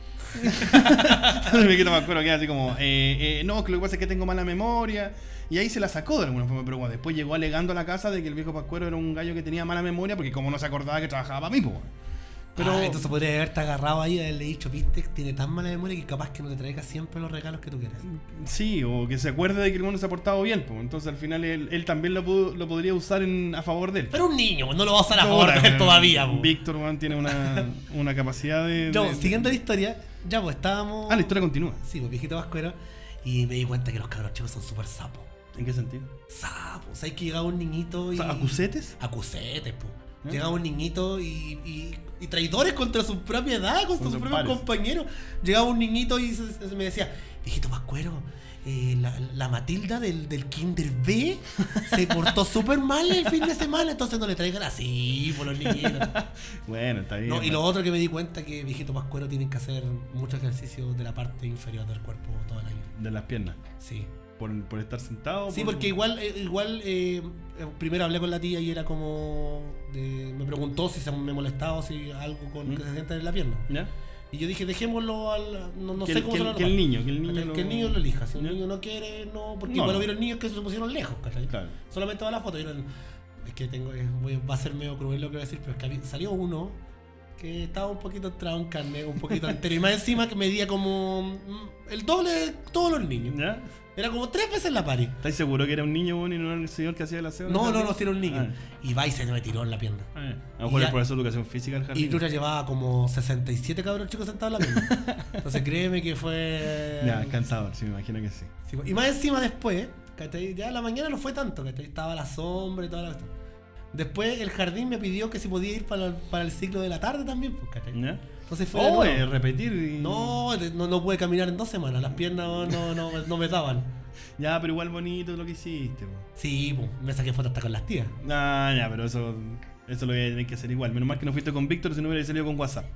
El viejito Pascuero queda así como, eh, eh, no, que lo que pasa es que tengo mala memoria. Y ahí se la sacó de alguna forma, pero bueno, después llegó alegando a la casa de que el viejo Pascuero era un gallo que tenía mala memoria, porque como no se acordaba que trabajaba para mí, po. Pero Ah, entonces podría haberte agarrado ahí y haberle dicho, viste, tiene tan mala memoria que capaz que no te traiga siempre los regalos que tú quieres. sí, o que se acuerde de que el mundo se ha portado bien, pues. Entonces al final él, él también lo, pudo- lo podría usar en, a favor de él. Pero un niño, no lo va a usar a favor de él todavía. po. Víctor, weón, tiene una, una capacidad de, Yo, de- siguiendo la historia, ya pues estábamos... Ah, la historia continúa. Sí, pues viejito Pascuero. Y me di cuenta que los cabros chicos son súper sapos. ¿En qué sentido? Sapos. ¿Sabes que llegaba un niñito y... O sea, ¿acusetes? Acusetes, pues. ¿Eh? Llegaba un niñito y, y, y traidores contra su propia edad, contra Con sus sus propios pares. compañeros. Llegaba un niñito y se- se me decía, viejito Pascuero, eh, la, la Matilda del, del Kinder B se portó súper mal el fin de semana, entonces no le traigan así por los niñitos. Bueno, está bien. No, y lo otro que me di cuenta que viejito Pascuero tienen que hacer mucho ejercicio de la parte inferior del cuerpo todo el año. De las piernas. Sí. Por, por estar sentado. Sí, por- porque igual, eh, igual eh, eh, primero hablé con la tía y era como de- me preguntó si se me molestaba o si algo con ¿Mm? que se sienta en la pierna. ¿Ya? Y yo dije, dejémoslo al. No, no que, sé el, cómo que, se el, lo que el niño, que el niño, Que el niño lo elija. Si el ¿Ya? niño no quiere, no. Porque No, igual no. hubieron niños que se pusieron lejos, ¿cachai? Claro. Solamente va la foto. y no- es que tengo. es- voy- va a ser medio cruel lo que voy a decir, pero es que había- salió uno que estaba un poquito entrado en carne, un poquito entero. Y más encima que medía como mm, el doble de todos los niños. ¿Ya? Era como tres veces la pari. ¿Estás seguro que era un niño, bueno, y no era el señor que hacía el aseo? No, no, no, si era un niño. Ah, Y va y se me tiró en la pierna. ah, a lo mejor Y el ya- profesor de educación física del jardín. Y Lucha llevaba como sesenta y siete cabros chicos sentados en la pierna. Entonces créeme que fue. Ya, cansador, sí, me imagino que sí. Sí, y más encima después, ¿cachai? Ya la mañana no fue tanto, ¿cachai? Estaba la sombra y toda la cuestión. Después el jardín me pidió que si podía ir para, para el ciclo de la tarde también, pues, ¿cachai? ¿Ya? Entonces fue de Oh, nuevo. eh, repetir. y- No, de- no, no pude caminar en dos semanas, las piernas no, no, no, no me daban. Ya, pero igual bonito lo que hiciste, po. Sí, pues, me saqué fotos hasta con las tías. Ah, ya, pero eso, eso lo voy a tener que hacer igual. Menos mal que no fuiste con Víctor, si no hubiera salido con WhatsApp.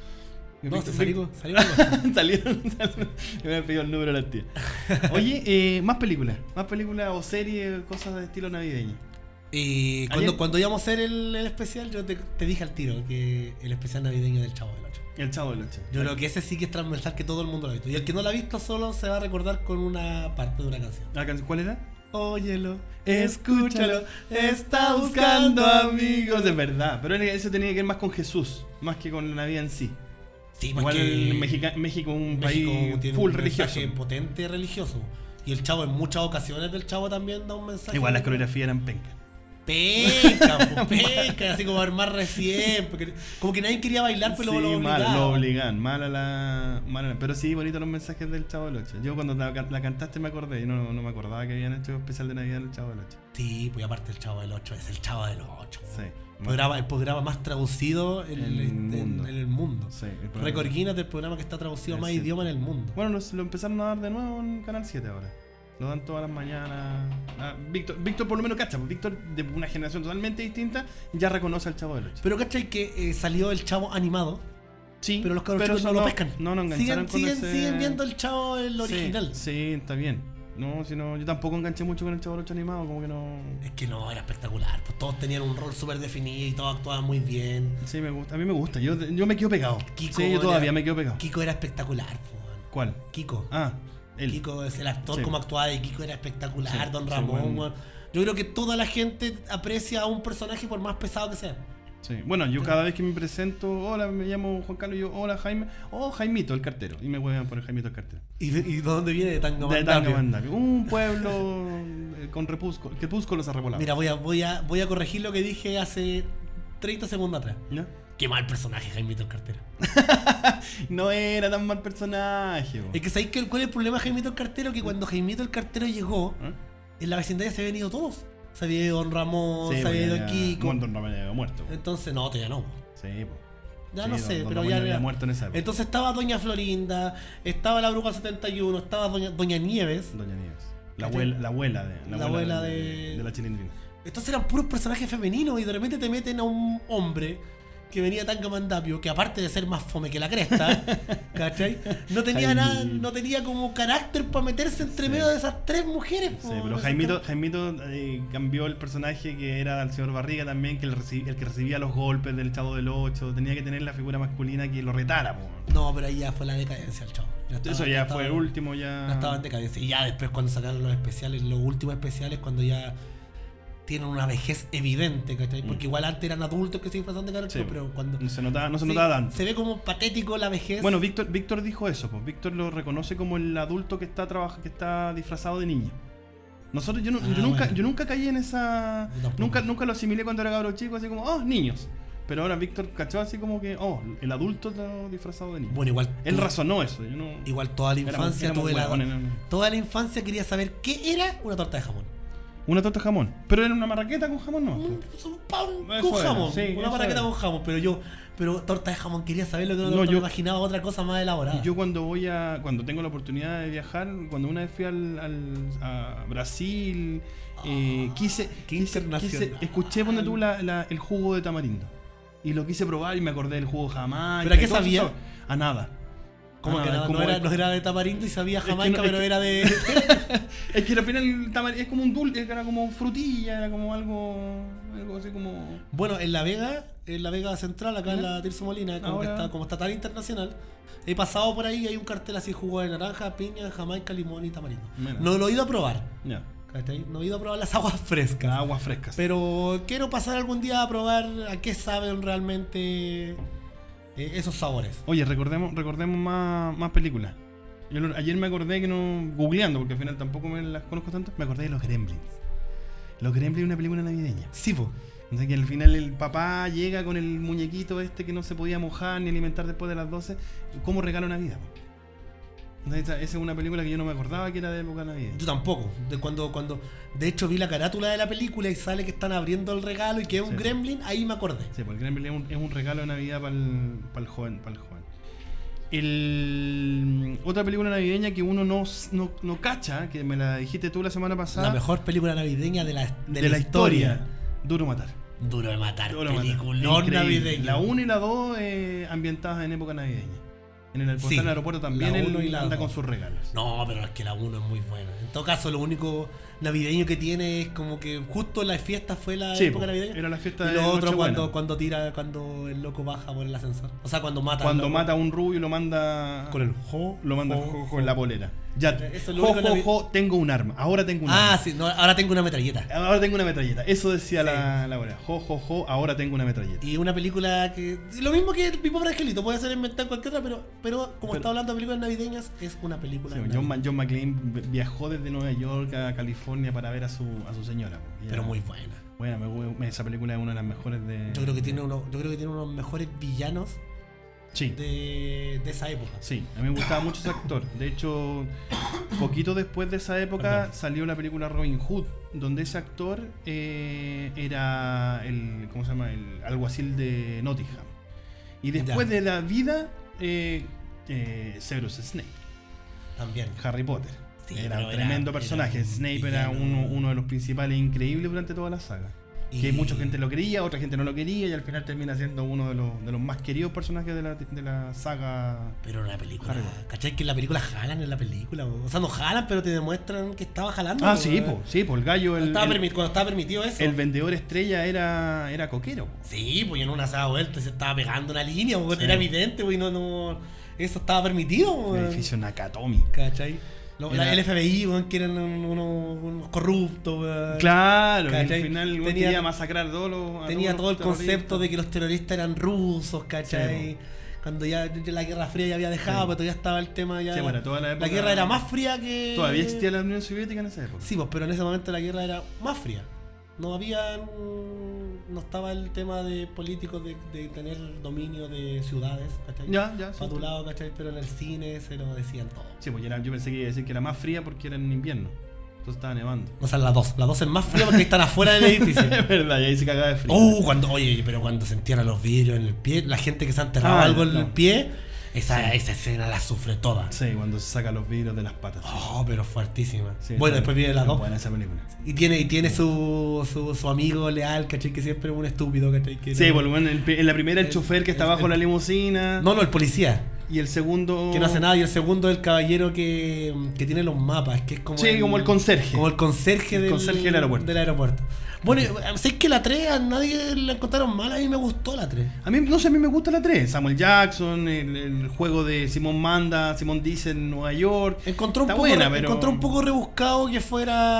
No, Víctor- se salí con- salí con WhatsApp. Salieron, salieron. Me habían pedido el número a la tía. Oye, eh, más películas. Más películas o series, cosas de estilo navideño. Y cuando, Ayer- cuando íbamos a hacer el, el especial, yo te, te dije al tiro que el especial navideño del Chavo del Ocho. El Chavo del Ocho. Yo creo que ese sí que es transversal, que todo el mundo lo ha visto. Y el que no lo ha visto solo se va a recordar con una parte de una canción. ¿La canción cuál era? Óyelo, Escúchalo, está buscando amigos. De verdad, pero eso tenía que ver más con Jesús, más que con la Navidad en sí. Sí, Igual porque Mexica- México es un México país tiene full un religioso. mensaje potente religioso. Y el Chavo en muchas ocasiones del Chavo también da un mensaje. Igual las coreografías eran pencas. Penca, pues, penca, así como armar recién. Porque como que nadie quería bailar, pero Sí, lo mal, obligaban. lo obligan, mal a la, mal a la- pero sí, bonitos los mensajes del Chavo del Ocho. Yo cuando la, la cantaste me acordé, yo no, no me acordaba que habían hecho especial de Navidad del Chavo del Ocho. Sí, pues aparte el Chavo del Ocho es el Chavo del Ocho. Sí. El programa, el programa más traducido en, En el en- mundo. en el mundo. Sí, el programa- Record Guinness del programa que está traducido a más Sí. idiomas en el mundo. Bueno, lo, lo empezaron a dar de nuevo en Canal siete ahora. Lo dan todas las mañanas. Ah, Víctor, Víctor por lo menos cacha, porque Víctor de una generación totalmente distinta ya reconoce al Chavo del Ocho. Pero ¿cachai que eh, salió el Chavo animado? Sí, Pero los cabros chicos eso no lo pescan. No, no engancharon siguen, con siguen, ese... siguen viendo el Chavo el Sí, original. Sí, está bien. No, si no, yo tampoco enganché mucho con el Chavo del Ocho animado, como que no... Es que no, era espectacular. Pues todos tenían un rol súper definido y todos actuaban muy bien. Sí, me gusta. A mí me gusta. Yo, yo me quedo pegado. Kiko sí, yo era- todavía me quedo pegado. Kiko era espectacular, po, weón. ¿Cuál? Kiko. Ah, él. Kiko es el actor, Sí. como actuaba de Kiko era espectacular, Sí, Don sí, Ramón, bueno. weón. Yo creo que toda la gente aprecia a un personaje por más pesado que sea. Sí. Bueno, yo cada vez que me presento, hola, me llamo Juan Carlos, y yo, hola Jaime, oh Jaimito el cartero. Y me vuelven a poner Jaimito el cartero. ¿Y de, y de dónde viene? De De Tangamandapio. Tangamandapio. Un pueblo eh, con repúsculo, crepúsculos arrebolados. Mira, voy a, voy, a, voy a corregir lo que dije hace treinta segundos atrás. ¿Ya? Qué mal personaje, Jaimito el cartero. No era tan mal personaje, po. Es que ¿sabéis cuál es el problema de Jaimito el cartero? Que cuando Jaimito el cartero llegó, ¿Eh? en la vecindaria se habían ido todos. Se había ido Don Ramón, Sí, se había pues, ido ya- Kiko. Bueno, Don Ramón ya había muerto, po. Entonces, no, todavía no. Sí, po. Ya Sí, no Don- sé, Don pero Ramón ya había ya- muerto en esa época. Entonces estaba Doña Florinda, estaba la Bruja setenta y uno, estaba Doña, Doña Nieves. Doña Nieves. La ¿Cachai? abuela, la abuela de La abuela de, de- de la Chilindrina. Entonces eran puros personajes femeninos y de repente te meten a un hombre que venía tan gamandapio que aparte de ser más fome que la cresta, ¿cachai? No tenía Jaime. nada, no tenía como carácter para meterse entre Sí. medio de esas tres mujeres. Sí, po, pero no sé Jaimito, qué- Jaimito eh, cambió el personaje que era el señor Barriga también, que el, reci- el que recibía los golpes del Chavo del Ocho. Tenía que tener la figura masculina que lo retara, po. No, pero ahí ya fue la decadencia el chavo. Ya estaba- Eso ya estaba- fue el último, ya. Ya estaba en decadencia. Y ya después cuando sacaron los especiales, los últimos especiales, cuando ya tienen una vejez evidente, ¿cachai? Porque igual antes eran adultos que se disfrazaban de Carol Sí, Chico, pero cuando No se notaba, no se se- notaba tanto. se ve como patético la vejez. Bueno, Víctor, Víctor dijo eso, pues. Víctor lo reconoce como el adulto que está trabaja, que está disfrazado de niño. Nosotros, yo, no- Ah, yo nunca, bueno. yo nunca caí en esa. Yo tampoco. Nunca, nunca lo asimilé cuando era cabro chico, así como, oh, niños. Pero ahora Víctor cachó así como que, oh, el adulto está disfrazado de niño. Bueno, igual Él tú- razonó eso, yo no. igual toda la éramos- infancia éramos tuve la- huevones, no, no. toda la infancia quería saber qué era una torta de jamón. Una torta de jamón. Pero era una marraqueta con jamón, no. Un, un pan Eso con era, jamón, sí, una eso marraqueta era. con jamón, pero yo, pero torta de jamón quería saber lo que una No, torta, yo- me imaginaba otra cosa más elaborada. Yo cuando voy a. Cuando tengo la oportunidad de viajar, cuando una vez fui al, al- a Brasil, eh, Ah, quise, qué quise- internacional. quise- Escuché ponte tú la, la- el jugo de tamarindo. Y lo quise probar y me acordé del jugo jamás. ¿Pero a qué sabía? A nada. Como A que nada, nada, como no, era, el- no era de tamarindo y sabía Es que jamaica, no- es pero que- era de... Es que al final el tamarindo es como un dulce, era como frutilla, era como algo. Algo así como. Bueno, en La Vega, en La Vega Central, acá en la Tirso Molina, como, que Ahora- está, como está tan internacional, he pasado por ahí y hay un cartel así, jugo de naranja, piña, jamaica, limón y tamarindo. Mira. No lo he ido a probar, Ya. ¿cachai? No he ido a probar las aguas frescas. Aguas frescas. Pero quiero pasar algún día a probar a qué saben realmente eh, esos sabores. Oye, recordemos, recordemos más, más películas. Yo lo- ayer me acordé que no. Googleando, porque al final tampoco me las conozco tanto, me acordé de los Gremlins. Los Gremlins es una película navideña. Sí, po. O sea que al final el papá llega con el muñequito este que no se podía mojar ni alimentar después de las doce, como regalo Navidad. po. Entonces, esa, esa es una película que yo no me acordaba que era de época navideña. Yo tampoco. De cuando, cuando, de hecho, vi la carátula de la película y sale que están abriendo el regalo y que es un Sí. gremlin, ahí me acordé. Sí, pues el Gremlin es un, es un regalo de Navidad para el, para el joven. Para el joven. El, otra película navideña que uno no, no, no cacha, que me la dijiste tú la semana pasada. La mejor película navideña de la, de de, la, historia. Duro Matar. Duro de matar, Duro Matar. peliculón Increíble. navideño. La uno y la dos eh, ambientadas en época navideña. En el portal Sí, del aeropuerto también la él uno y la anda dos. con sus regalos. No, pero es que la uno es muy buena. En todo caso, lo único navideño que tiene es como que justo la fiesta fue la Sí, época po, navideña. era la fiesta Y de lo otro Nochebuena. cuando, cuando tira, cuando el loco baja por el ascensor. O sea, cuando mata al Cuando loco mata a un rubio lo manda con el jo, lo manda jo, jo, jo, jo. en la polera. Ya, Eso es lo jo, único jo, navi- jo, tengo un arma. Ahora tengo un Ah, arma. sí, no, ahora tengo una metralleta. Ahora tengo una metralleta. Eso decía Sí. la, la abuela. Jo, jo, jo, ahora tengo una metralleta. Y una película que. Lo mismo que Mi Pobre Angelito, puede ser inventada en cualquier otra, pero, pero como Pero- está hablando de películas navideñas, es una película. Sí, navideña. John, Ma- John McClane viajó desde Nueva York a California para ver a su, a su señora. Y Pero era- muy buena. Buena, me- me- esa película es una de las mejores de. Yo creo que tiene uno, yo creo que tiene uno de los mejores villanos Sí. de, de esa época. Sí, a mí me gustaba mucho ese actor. De hecho, poquito después de esa época Perdón. salió la película Robin Hood, donde ese actor eh, era el, ¿cómo se llama? El alguacil de Nottingham. Y después Ya. de la vida, eh, eh, Severus Snape, También. Harry Potter. Sí, era pero un era- tremendo era personaje. un Snape era villano. uno, uno de los principales increíbles durante toda la saga. Que Y- mucha gente lo quería, otra gente no lo quería, y al final termina siendo uno de los, de los más queridos personajes de la, de la saga. Pero en la película. Harry Potter. ¿Cachai? Que en la película jalan en la película. O sea, no jalan, pero te demuestran que estaba jalando. Ah, po, sí, eh. po, sí, po, el gallo, Cuando el, estaba, el, permi- cuando estaba permitido eso. el vendedor estrella era, era coquero. po. Sí, pues y en una se daba vuelta y se estaba pegando una línea, pues, Sí. era evidente, pues, y no, no. Eso estaba permitido, El pues. edificio Nakatomi. ¿Cachai? Lo- la- Era- el F B I, weón, que eran unos, unos corruptos, weón. Claro, y al ¿Cachai? final weón, Tenía- quería masacrar a todos los. a Tenía todos todo el los terroristas. concepto de que los terroristas eran rusos, ¿cachai? Sí, Cuando ya ya la Guerra Fría ya había dejado, Sí. pero todavía estaba el tema ya. Sí, bueno, toda la época- guerra era más fría que. Todavía existía la Unión Soviética en esa época. Sí, pues, pero en ese momento la guerra era más fría. No había. mm, no estaba el tema de políticos de, de tener dominio de ciudades, ¿cachai? Ya, ya. Sí, Para tu sí. lado, ¿cachai? Pero en el cine se lo decían todo. Sí, pues yo, era- yo pensé que iba a decir que era más fría porque era en invierno. Entonces estaba nevando. O sea, las dos. Las dos es más fría porque están afuera del edificio. Es verdad, y ahí se cagaba de frío. Uh, cuando, oye, pero cuando se entierran los vidrios en el pie, la gente que se ha enterrado Ah, algo en no. el pie, esa, Sí. esa escena la sufre toda. Sí, cuando se saca los vidrios de las patas. sí. Oh, pero fuertísima. Sí, bueno, está- después viene la está dos. buena esa película. Y tiene, y tiene su, su, su amigo leal, ¿cachai? Que siempre es un estúpido, ¿cachai? Que Sí, no- por lo menos en, el- en la primera el, el- chofer que está el- bajo el- la limusina. No, no, el policía. Y el segundo. Que no hace nada. Y el segundo, el caballero que, que tiene los mapas, que es como. Sí, como el conserje. Como el conserje, El del, conserje del aeropuerto. del aeropuerto. Bueno, sé que la tres a nadie la encontraron mal, a mí me gustó la tres. A mí, no sé, a mí me gusta la tres. Samuel Jackson, el, el juego de Simón Manda, Simón Dice en Nueva York. Encontró un, Está poco, buena, re- pero- encontró un poco rebuscado que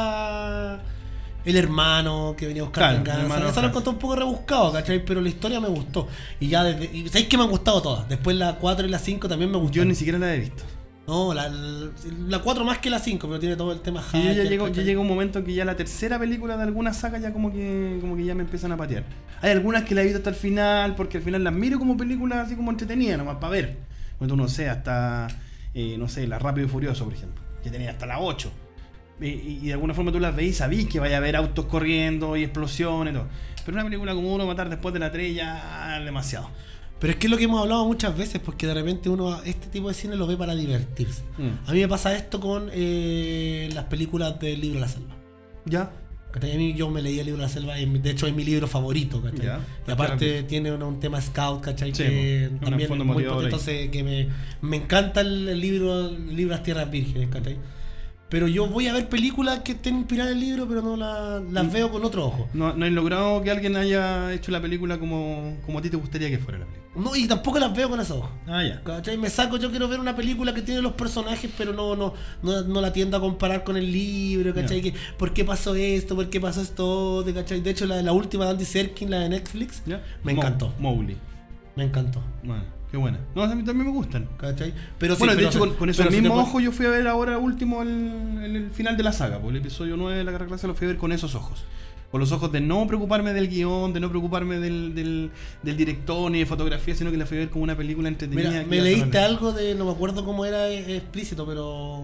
fuera el hermano que venía a buscar Claro, el venganza. hermano Eso lo Hans. encontré un poco rebuscado, ¿cachai? Pero la historia me gustó. Y ya desde. Y ¿sabéis que me han gustado todas? Después la cuatro y la cinco también me Yo gustaron. ni siquiera la he visto. No, la, la cuatro más que la cinco, pero tiene todo el tema Y yo ya hacker, llego, ya ¿cachai? llega un momento que ya la tercera película de alguna saga ya como que como que ya me empiezan a patear. Hay algunas que la he visto hasta el final, porque al final las miro como películas así como entretenidas, nomás para ver. Cuando no sé, hasta eh, no sé, la Rápido y Furioso, por ejemplo, que tenía hasta la ocho. Y, y- y de alguna forma tú las veis y sabís que vaya a haber autos corriendo y explosiones y todo. Pero una película como Uno Matar después de la tres ya es demasiado. Pero es que es lo que hemos hablado muchas veces, porque de repente uno este tipo de cine lo ve para divertirse. Mm. A mí me pasa esto con eh, las películas del libro de la selva. ¿Ya? ¿Cachai? A mí yo me leí el libro de la selva, y de hecho es mi libro favorito, ¿cachai? Ya. Y aparte tiene un, un tema scout, ¿cachai? Sí, que po. Un también es fondo muy motivador potente, ahí. entonces que me, me encanta el, el libro, el libro Las Tierras Vírgenes, ¿cachai? Pero yo voy a ver películas que estén inspiradas en el libro, pero no la- las Mm. veo con otro ojo. No, no he logrado que alguien haya hecho la película como, como a ti te gustaría que fuera la película. No, y tampoco las veo con esos ojos. Ah, ya. ¿Cachai? Me saco, yo quiero ver una película que tiene los personajes, pero no, no, no, no la tiendo a comparar con el libro, ¿cachai? Ya. Que, ¿por qué pasó esto? ¿Por qué pasó esto? ¿Cachai? De hecho, la, la última de Andy Serkis, la de Netflix, ¿Ya? me Mo- encantó. Mowgli. Me encantó. Bueno, qué buena. No, a mí también me gustan. ¿Cachai? Pero sí, Bueno, de pero hecho, se- con, con esos pero se te mismos pone- ojos yo fui a ver ahora último el, el, el final de la saga. Por el episodio nueve de la Guerra Clase lo fui a ver con esos ojos. Con los ojos de no preocuparme del guión, de no preocuparme del, del, del director ni de fotografía, sino que la fui a ver como una película entretenida. Mira, que me iba a leíste cerrar. algo de, no me acuerdo cómo era eh, explícito, pero...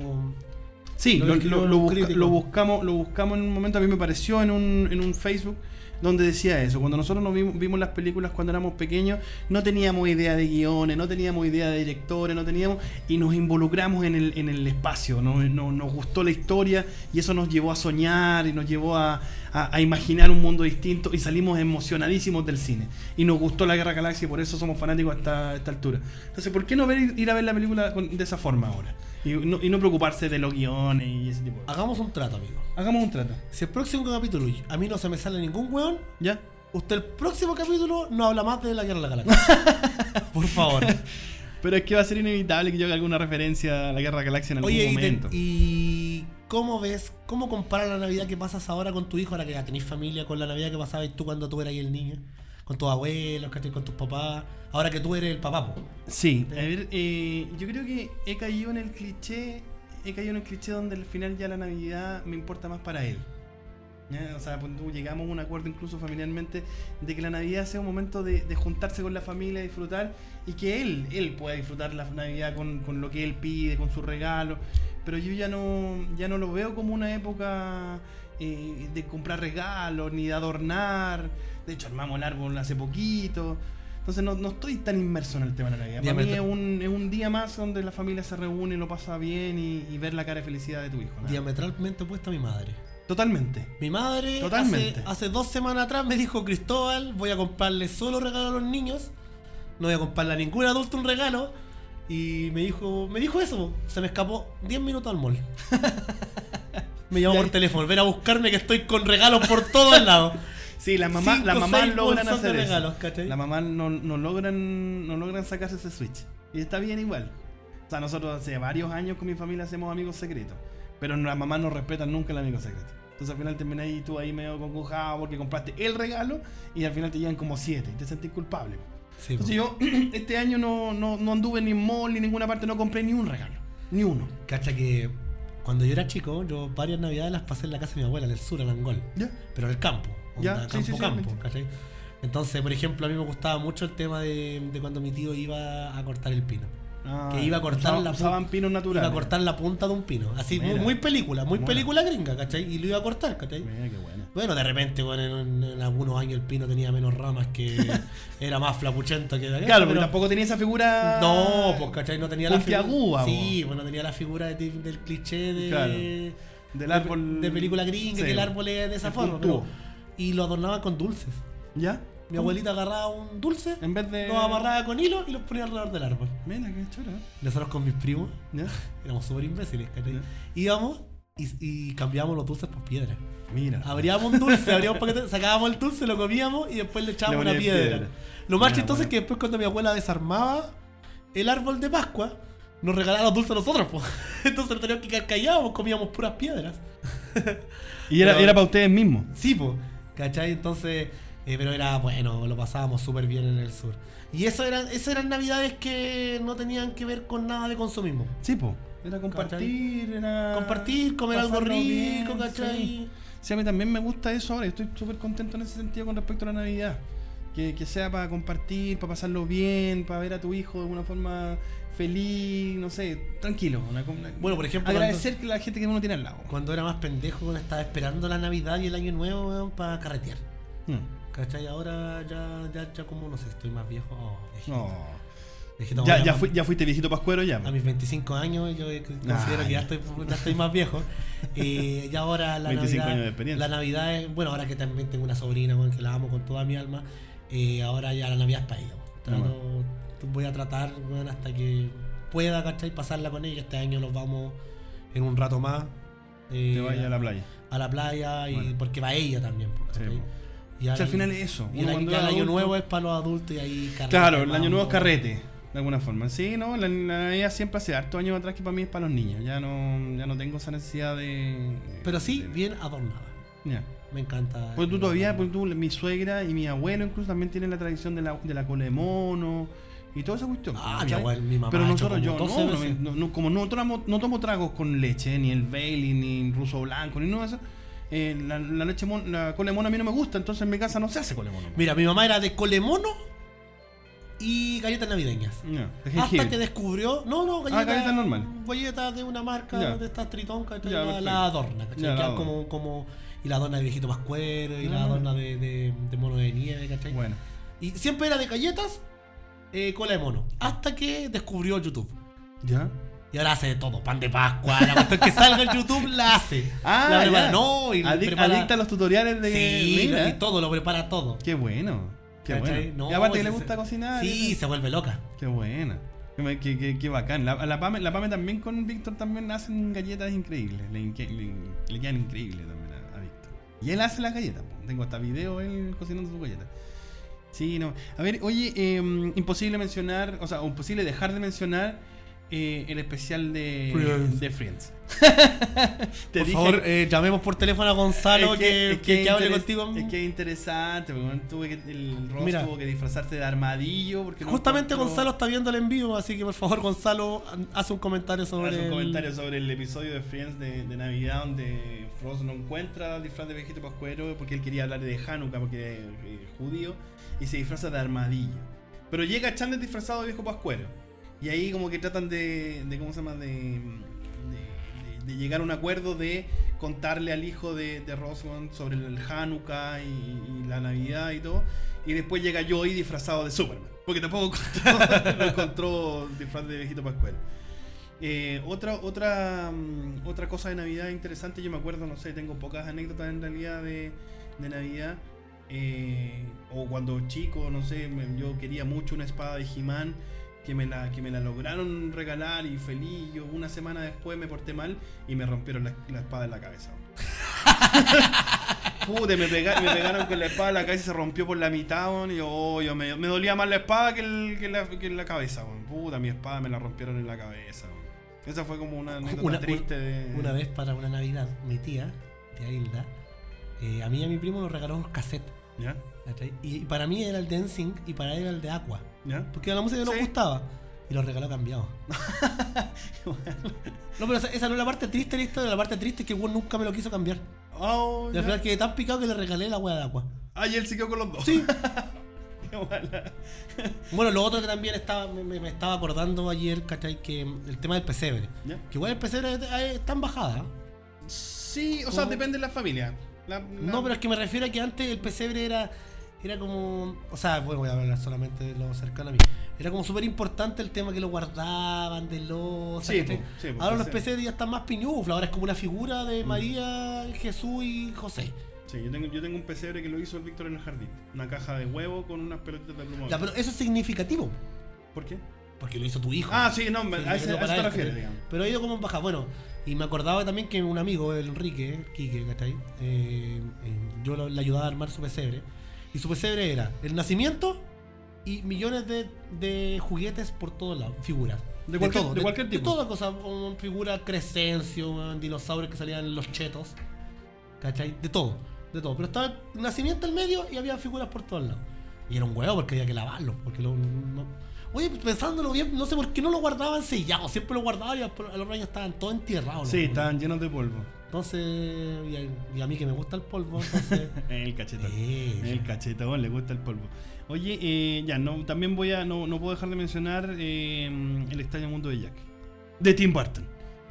Sí, Lo lo, escribió lo- en lo un busca- crítico. lo buscamos, lo buscamos en un momento. A mí me pareció en un, en un Facebook donde decía eso. Cuando nosotros nos vimos, vimos las películas cuando éramos pequeños, no teníamos idea de guiones, no teníamos idea de directores, no teníamos, y nos involucramos en el, en el espacio. ¿no? No- nos gustó la historia y eso nos llevó a soñar y nos llevó a, a- a imaginar un mundo distinto y salimos emocionadísimos del cine. Y nos gustó la Guerra Galaxia y por eso somos fanáticos hasta a esta altura. Entonces, ¿por qué no ver, ir a ver la película con- de esa forma ahora? Y no, y no preocuparse de los guiones y ese tipo de cosas. Hagamos un trato, amigo. Hagamos un trato. Si el próximo capítulo a mí no se me sale ningún weón, ¿Ya? usted el próximo capítulo no habla más de la Guerra de la Galaxia. Por favor. Pero es que va a ser inevitable que yo haga alguna referencia a la Guerra de la Galaxia en algún Oye, y, te- momento. y cómo ves, cómo comparas la Navidad que pasas ahora con tu hijo, ahora que ya tenés familia, con la Navidad que pasabas tú cuando tú eras ahí el niño? Con tus abuelos, ¿cachai? Con tus papás. Ahora que tú eres el papá, po. Sí, a ver, eh, yo creo que he caído en el cliché, he caído en el cliché donde al final ya la Navidad me importa más para él. ¿Ya? O sea, pues, tú llegamos a un acuerdo incluso familiarmente de que la Navidad sea un momento de, de juntarse con la familia, disfrutar y que él, él pueda disfrutar la Navidad con, con lo que él pide, con sus regalos. Pero yo ya no, ya no lo veo como una época eh, de comprar regalos ni de adornar. De hecho, armamos el árbol hace poquito. Entonces no, no estoy tan inmerso en el tema de la Navidad. Para mí es Diametral- un, es un día más donde la familia se reúne y lo pasa bien y, y ver la cara de felicidad de tu hijo. ¿no? Diametralmente opuesta a mi madre. Totalmente. Mi madre Totalmente. Hace, hace dos semanas atrás me dijo: Cristóbal, voy a comprarle solo regalos a los niños, no voy a comprarle a ningún adulto un regalo. Y me dijo, me dijo eso, se me escapó diez minutos al mall. Me llamó Ya. por teléfono, ven a buscarme que estoy con regalos por todos lados. Sí, las mamás, Cinco, las mamás seis logran bolsas de hacer regalos, eso. ¿cachai? Las mamás no, no logran no logran sacarse ese switch. Y está bien igual. O sea, nosotros hace varios años con mi familia hacemos amigos secretos. Pero las mamás no respetan nunca el amigo secreto. Entonces al final terminas ahí tú ahí medio congojado porque compraste el regalo y al final te llegan como siete y te sentís culpable. Sí, Entonces yo este año no, no, no anduve ni en mall ni en ninguna parte, no compré ni un regalo. Ni uno. cacha que cuando yo era chico, yo varias navidades las pasé en la casa de mi abuela, en el sur, en Angol. ¿Ya? Pero en el campo. Ya, onda, sí, campo sí, sí, campo, sí. ¿cachai? Entonces, por ejemplo, a mí me gustaba mucho el tema de, de cuando mi tío iba a cortar el pino. Ah, Que iba a cortar usaban, la pu- usaban pinos naturales. Iba a cortar la punta de un pino. Así, muy, Mira. muy película, muy Mola. película gringa, ¿cachai? Y lo iba a cortar, ¿cachai? Mira qué bueno. Bueno, de repente, bueno, en, en algunos años el pino tenía menos ramas, que era más flapuchento que de acá, Claro, pero pero tampoco tenía esa figura. no, pues, ¿cachai? No tenía la figura. puntiaguda, Sí, pues no tenía la figura de- del cliché de, Claro. de, Del árbol. de película gringa, Sí. que el árbol es de esa Es forma. puntudo. Pero, y lo adornaba con dulces. ¿Ya? Mi abuelita agarraba un dulce, En vez de. los amarraba con hilo y los ponía alrededor del árbol. Mira, qué chulo. Nosotros con mis primos ¿Ya? éramos súper imbéciles, ¿cachai? Ya. Íbamos y, y cambiábamos los dulces por piedra. Mira. Abríamos un dulce, abríamos un paquete, sacábamos el dulce, lo comíamos y después le echábamos Le una ponías piedra. piedra. Lo más Ya, chistoso bueno. es que después cuando mi abuela desarmaba el árbol de Pascua, nos regalaba los dulces a nosotros, pues. Entonces nos teníamos que quedar callados, comíamos puras piedras. Y era, Pero- era para ustedes mismos. Sí, pues, ¿cachai? Entonces, eh, pero era bueno, lo pasábamos súper bien en el sur. Y eso eran, esas eran navidades que no tenían que ver con nada de consumismo. Sí, po. Era compartir, era. Compartir, comer algo pasarlo rico, bien, ¿cachai? Sí. Sí, a mí también me gusta eso ahora. Estoy súper contento en ese sentido con respecto a la Navidad. Que, que sea para compartir, para pasarlo bien, para ver a tu hijo de una forma feliz, no sé, tranquilo. Una, una- Bueno, por ejemplo, agradecer que la gente que uno tiene al lado. Cuando era más pendejo, cuando estaba esperando la Navidad y el Año Nuevo, weón, para carretear. No. ¿Cachai? Ahora ya, ya, ya como, no sé, estoy más viejo. Oh, viejito. No. Viejito, Ya, ahora ya, más- fui- ya fuiste viejito pascuero ya. A mis veinticinco años yo considero Ah, que ya ya. estoy, ya estoy más viejo. Y ya ahora la veinticinco Navidad, años de experiencia. la Navidad es, bueno, ahora que también tengo una sobrina, weón, que la amo con toda mi alma, eh, ahora ya la Navidad es para ella. weón. Trato- voy a tratar, weón, hasta que pueda, ¿cachai? Pasarla con ella. Este año nos vamos en un rato más. eh, Te vayas a la playa. a la playa y Bueno. porque va ella también. pues, Sí, ¿cachai? po. Y ahora O sea, al el- final es eso. Y Uno el, cuando ya el es año adulto- nuevo es para los adultos y ahí carrete. Claro, el año nuevo es vamos. carrete, de alguna forma. Sí, no, la, la Navidad siempre hace hartos años atrás que para mí es para los niños. Ya no, ya no tengo esa necesidad de. Pero sí, de- bien adornada. Ya. Me encanta. Pues tú el- todavía, pues tú, mi suegra y mi abuelo incluso también tienen la tradición de la, de la cola de mono y toda esa cuestión. Ah, ¿cachai? mi abuelo, mi mamá. Pero ha hecho nosotros, como yo doce no, no, veces. no, no, como no tomo, no tomo tragos con leche, ni el Bailey, ni el ruso blanco, ni nada de eso. eh, la, la leche mon- la cola de mono a mí no me gusta, entonces en mi casa no se hace cola de mono. Mira, mi mamá era de colemono y galletas navideñas. Ya, de Hasta jengibre. que descubrió. No, no, galletas. galletas normal. Galletas de una marca Ya. de estas tritón, ¿cachai? Ya, La, perfecto. la adorna, ¿cachai? Ya, la Quedan adorna. como, como. Y la adorna de viejito pascuero, y la Ah. adorna de, de, de mono de nieve, ¿cachai? Bueno, Y siempre era de galletas, eh, cola de mono. Hasta que descubrió YouTube. ya. Y ahora hace de todo, pan de Pascua, la cuestión que salga en YouTube la hace. Ah, la prepara, ya. no, y Adic- prepara. adicta a los tutoriales de. Sí, Mira. y todo, lo prepara todo. Qué bueno. Qué ¿Cachai? bueno. No, y aparte que se- le gusta se- cocinar. Sí, y- se vuelve loca. Qué buena. Qué, me- qué, qué- qué bacán. La, la, Pame, la Pame también con Víctor también hacen galletas increíbles. Le, inque- le, le quedan increíbles también a, a Víctor. Y él hace las galletas. po. Tengo hasta video él cocinando sus galletas. Sí, no. A ver, oye, eh, imposible mencionar, o sea, imposible dejar de mencionar eh, el especial de Friends. de Friends. Te Por dije- favor, eh, llamemos por teléfono a Gonzalo es que, es que, que hable interes- contigo. Es que es interesante, porque bueno, tuve que, el Ross Mira. tuvo que disfrazarse de armadillo. Porque no Justamente encontró- Gonzalo está viendo el en vivo, así que por favor, Gonzalo, hace un comentario sobre. Haz un el- comentario sobre el episodio de Friends de, de Navidad donde Ross no encuentra el disfraz de viejito pascuero porque él quería hablar de Hanukkah porque es eh, judío y se disfraza de armadillo. Pero llega Chandler disfrazado de viejo pascuero y ahí como que tratan de, de ¿cómo se llama? De, de, de- de llegar a un acuerdo de contarle al hijo de, de Ross weón, sobre el Hanukkah y, y la Navidad y todo. Y después llega Joey disfrazado de Superman porque tampoco encontró, no encontró disfraz de viejito pascuero. Eh, otra, otra, mm, otra cosa de Navidad interesante, yo me acuerdo, no sé, tengo pocas anécdotas en realidad de, de Navidad. Eh, o cuando chico, no sé, me- yo quería mucho una espada de He-Man que me, la, que me la lograron regalar y feliz. Yo una semana después me porté mal y me rompieron la, la espada en la cabeza. Pude, me, pega- me pegaron con la espada en la cabeza y se rompió por la mitad, weón, y yo, oh, yo me, me dolía más la espada que, el- que la, que la cabeza. Weón. Puta, mi espada me la rompieron en la cabeza. Weón. Esa fue como una anécdota Una- triste de... Una vez para una Navidad, mi tía, tía Hilda, eh, a mí y a mi primo nos regaló unos cassettes. ¿Ya? ¿cachai? Y, y para mí era el de N Sync y para él era el de Aqua. ¿Ya? Porque la música que nos Sí. gustaba. Y los regaló cambiados. No, pero esa, esa no es la parte triste de la historia. La parte triste es que Juan nunca me lo quiso cambiar. Oh, Y al ya. final quedé tan picado que le regalé la hueá de agua. Ah, y él se quedó con los dos. Sí. Qué mala. Bueno, lo otro que también estaba, me, me estaba acordando ayer, ¿cachai? Que el tema del pesebre. ¿Ya? Que igual el pesebre está en bajada. ¿eh? Sí, o sea, ¿Cómo? depende de la familia. La- la- No, pero es que me refiero a que antes el pesebre era era como, o sea, bueno, voy a hablar solamente de lo cercano a mí. Era como súper importante el tema que lo guardaban de los... Sí, po, sí, po, ahora los pesebre. pesebres ya están más piñufla, ahora es como una figura de María, Jesús y José. Sí, yo tengo, yo tengo un pesebre que lo hizo el Víctor en el jardín. Una caja de huevo con unas pelotitas de plumón. Ya, pero eso es significativo, ¿Por qué? porque lo hizo tu hijo. Ah, sí, no, Sí, a ese, eso a para eso te él, refieres, ¿cachai? digamos. Pero ha ido como en baja. Bueno, y me acordaba también que un amigo, el Enrique, el Quique, ¿cachai? Eh, eh, yo lo- le ayudaba a armar su pesebre. Y su pesebre era el nacimiento y millones de, de juguetes por todos lados, figuras. De cualquier- todo, de cualquier tipo. De toda cosa, um, figura Crescencio, um, dinosaurios que salían en los chetos, ¿cachai? De todo, de todo. Pero estaba el nacimiento en medio y había figuras por todos lados. Y era un huevo porque había que lavarlo, porque lo... no- Oye, pensándolo bien, no sé por qué no lo guardaban sellados, siempre lo guardaban y a a los años estaban todos entierrados. Sí, loco. estaban llenos de polvo. Entonces, y a, y a mí que me gusta el polvo, entonces... El cachetón. Eh, El cachetón, le gusta el polvo. Oye, eh, ya, no, también voy a. No, no puedo dejar de mencionar eh, El extraño mundo de Jack. De Tim Burton.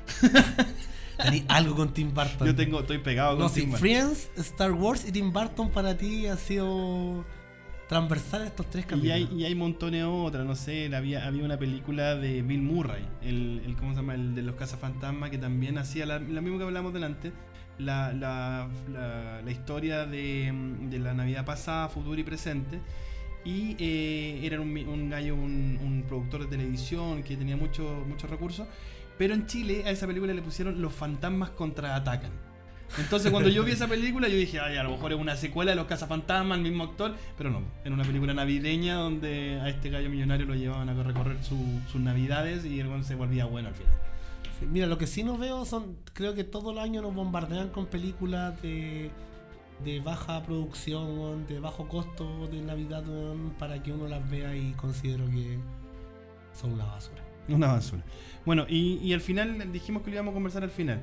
Tení algo con Tim Burton. Yo tengo, estoy pegado con No, Tim sí, Burton. Friends, Star Wars y Tim Burton para ti ha sido transversal estos tres Y capítulos. hay, y hay montones otras, no sé, había, había una película de Bill Murray, el, el ¿cómo se llama? El de los cazafantasmas, que también hacía la, la misma que hablamos delante, la, la, la, la historia de, de la Navidad pasada, futuro y presente. Y eh, era un, un gallo, un, un productor de televisión que tenía mucho, muchos recursos. Pero en Chile a esa película le pusieron Los fantasmas contraatacan. Entonces cuando yo vi esa película yo dije, ay, a lo mejor es una secuela de Los cazafantasmas, el mismo actor. Pero no, era una película navideña donde a este gallo millonario lo llevaban a recorrer su- sus navidades y el güey se volvía bueno al final. Sí, mira, lo que sí nos veo son, creo que todos los años nos bombardean con películas de, de baja producción, weón, de bajo costo de Navidad, weón, para que uno las vea y considero que son una basura. Una basura. Bueno, y, y al final dijimos que lo íbamos a conversar al final.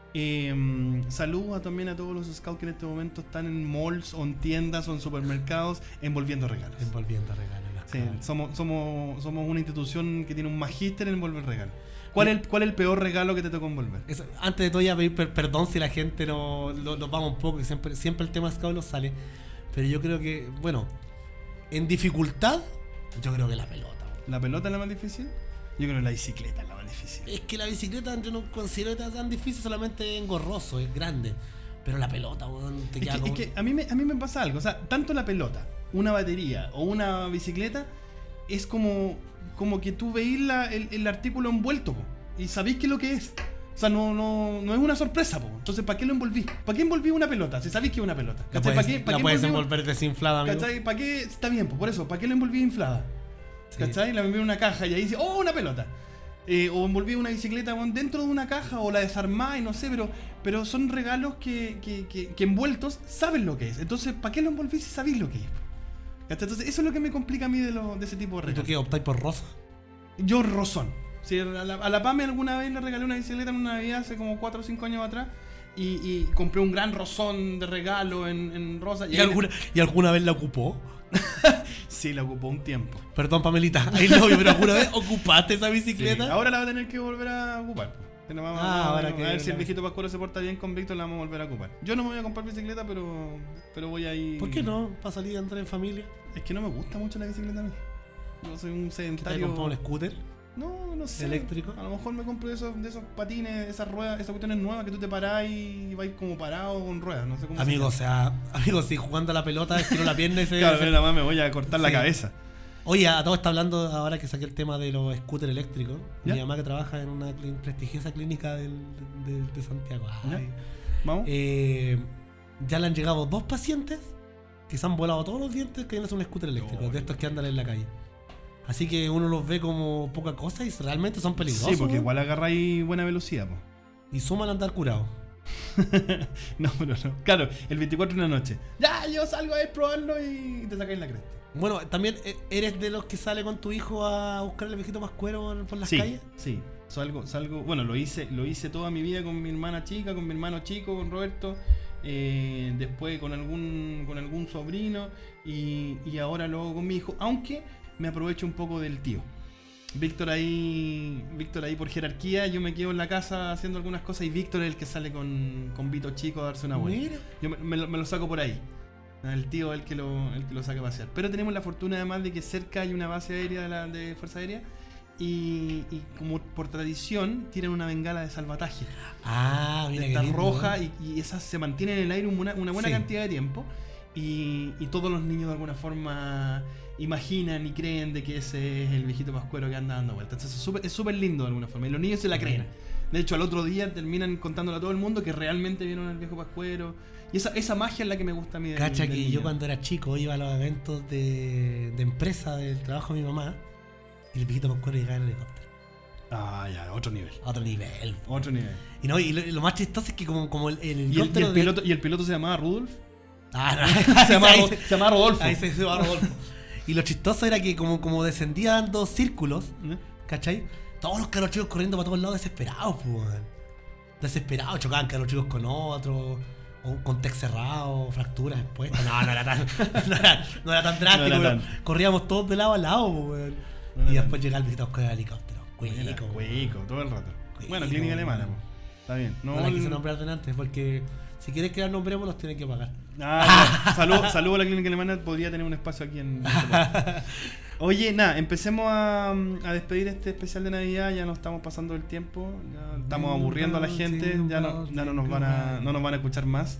Eh, saludos a- también a todos los scouts que en este momento están en malls o en tiendas o en supermercados envolviendo regalos. Envolviendo regalos. las Sí, cabras. somos, somos, somos una institución que tiene un magíster en envolver regalos. ¿Cuál es, el, ¿Cuál es el peor regalo que te tocó envolver? Eso, antes de todo, ya pedir per- perdón si la gente no, lo- nos vamos un poco, que siempre, siempre el tema Scout nos sale. Pero yo creo que, bueno, en dificultad, yo creo que la pelota. weón. ¿La pelota es la más difícil? Yo creo que la bicicleta es la más difícil. Es que la bicicleta yo no considero que sea tan difícil, solamente engorroso, es grande. Pero la pelota, weón, te Es queda que, como... es que a, mí me, a mí me pasa algo. O sea, tanto la pelota, una batería o una bicicleta es como, como que tú veís la- el, el artículo envuelto po, y sabéis qué es lo que es. O sea, no, no, no es una sorpresa, po. Entonces, ¿para qué lo envolví? ¿Para qué envolví una pelota? Si sabéis que es una pelota. La ¿Cachai? puedes, ¿Para qué, para la qué puedes envolví- envolver desinflada, amigo. ¿Cachai? ¿Para qué? Está bien, po, por eso. ¿Para qué lo envolví inflada? Sí. ¿Cachai? La envolví en una caja y ahí dice, ¡oh, una pelota! Eh, o envolví una bicicleta weón, dentro de una caja o la desarmá y no sé, pero, pero son regalos que, que, que, que envueltos saben lo que es. Entonces, ¿para qué lo envolví si sabéis lo que es? ¿Cachai? Entonces, eso es lo que me complica a mí de, lo, de ese tipo de ¿Y tú regalos. qué, optáis por rosa? Yo rosón. Sí, a, la, a la Pame alguna vez le regalé una bicicleta en una Navidad hace como cuatro o cinco años atrás y, y compré un gran rosón de regalo en, en rosa. ¿Y ahí- alguna, ¿Y alguna vez la ocupó? Sí, la ocupó un tiempo. Perdón, Pamelita, ahí no, pero ¿alguna vez ocupaste esa bicicleta? Sí, ahora la va a tener que volver a ocupar. Que no vamos- Ah, vamos- ahora a que ver si el la- viejito Pascuero se porta bien con Víctor, la vamos a volver a ocupar. Yo no me voy a comprar bicicleta, pero, pero voy a ir. ¿Por qué no? Para salir a entrar en familia. Es que no me gusta mucho la bicicleta a mí. Yo soy un ¿Te has sedentario. comprado un scooter? No, no sé. eléctrico? A lo mejor me compro de esos, de esos patines, esas ruedas, esas cuestiones nuevas que tú te parás y vais como parado con ruedas. No sé cómo Amigo, o se sea, amigo, si jugando a la pelota estiro la pierna y se... llama. Claro, se- pero nada más me voy a cortar la Sí. cabeza. Oye, a todo está hablando ahora que saqué el tema de los scooters eléctricos. ¿Ya? Mi mamá que trabaja en una clín- prestigiosa clínica del- de, de Santiago. ¿Ya? Ay. Vamos. Eh, ya le han llegado dos pacientes que se han volado todos los dientes cayéndose un scooter eléctrico, No, de estos que andan en la calle. Así que uno los ve como poca cosa y realmente son peligrosos. Sí, porque ¿no? igual agarráis buena velocidad, po. Y suman a andar curado. No, pero no. Claro, el veinticuatro de una noche. Ya, yo salgo a probarlo y te sacáis la cresta. Bueno, también eh, eres de los que sale con tu hijo a buscar el viejito Pascuero por- por las Sí, calles. sí. Salgo, salgo. Bueno, lo hice, lo hice toda mi vida con mi hermana chica, con mi hermano chico, con Roberto. eh, después con algún con algún sobrino y, y ahora luego con mi hijo, aunque me aprovecho un poco del tío. Víctor ahí Víctor ahí por jerarquía, yo me quedo en la casa haciendo algunas cosas y Víctor es el que sale con, con Vito chico a darse una vuelta. Mira. Yo me, me, lo, me lo saco por ahí. El tío es el que lo, el que lo saca a pasear. Pero tenemos la fortuna además de que cerca hay una base aérea de, la, de Fuerza Aérea y, y como por tradición tiran una bengala de salvataje. Ah, mira Está qué lindo, roja ¿eh? y, y esas se mantienen en el aire una, una buena Sí. cantidad de tiempo y, y todos los niños de alguna forma imaginan y creen de que ese es el viejito pascuero que anda dando vueltas. Entonces es súper es súper lindo de alguna forma y los niños se la creen. De hecho, al otro día terminan contándole a todo el mundo que realmente vieron al viejo pascuero. Y esa, esa magia es la que me gusta a mí. Del, Cacha del que niño. yo cuando era chico iba a los eventos de, de empresa del trabajo de mi mamá y el viejito pascuero llegaba en el helicóptero. Ah, ya, otro nivel. A otro nivel. Otro nivel. Y no, y lo, y lo más chistoso es que como, como el, el ¿Y el, y, helicóptero el de- piloto, ¿Y el piloto se llamaba Rudolf? Ah, no. Se llamaba, Ahí Ro- se llamaba Rodolfo. Ahí se llama Rodolfo. Y lo chistoso era que como, como descendía dando círculos, ¿Eh? ¿cachai? Todos los caros chicos corriendo para todos lados desesperados, pues, weón. Desesperados, chocaban caros chicos con otros, o con tex cerrado, fracturas expuestas. No, no era tan, no era, no era tan drástico, No era weón. tan. Corríamos todos de lado a lado, pues, weón. No era Y tan. después llegaba el visitado con el helicóptero. Era Cuico, Cuico, todo el rato. Cuico, Bueno, clínica weón. alemana, po. Está bien. No, No, la el- quise nombrar delante porque si quieres que la nombremos nos tienen que pagar. Ah, ya. Saludos saludo a la clínica alemana. Podría tener un espacio aquí en. Oye, nada, empecemos a, a despedir este especial de Navidad. Ya no estamos pasando el tiempo. Ya estamos aburriendo a la gente. Ya no, ya no nos van a, no nos van a escuchar más.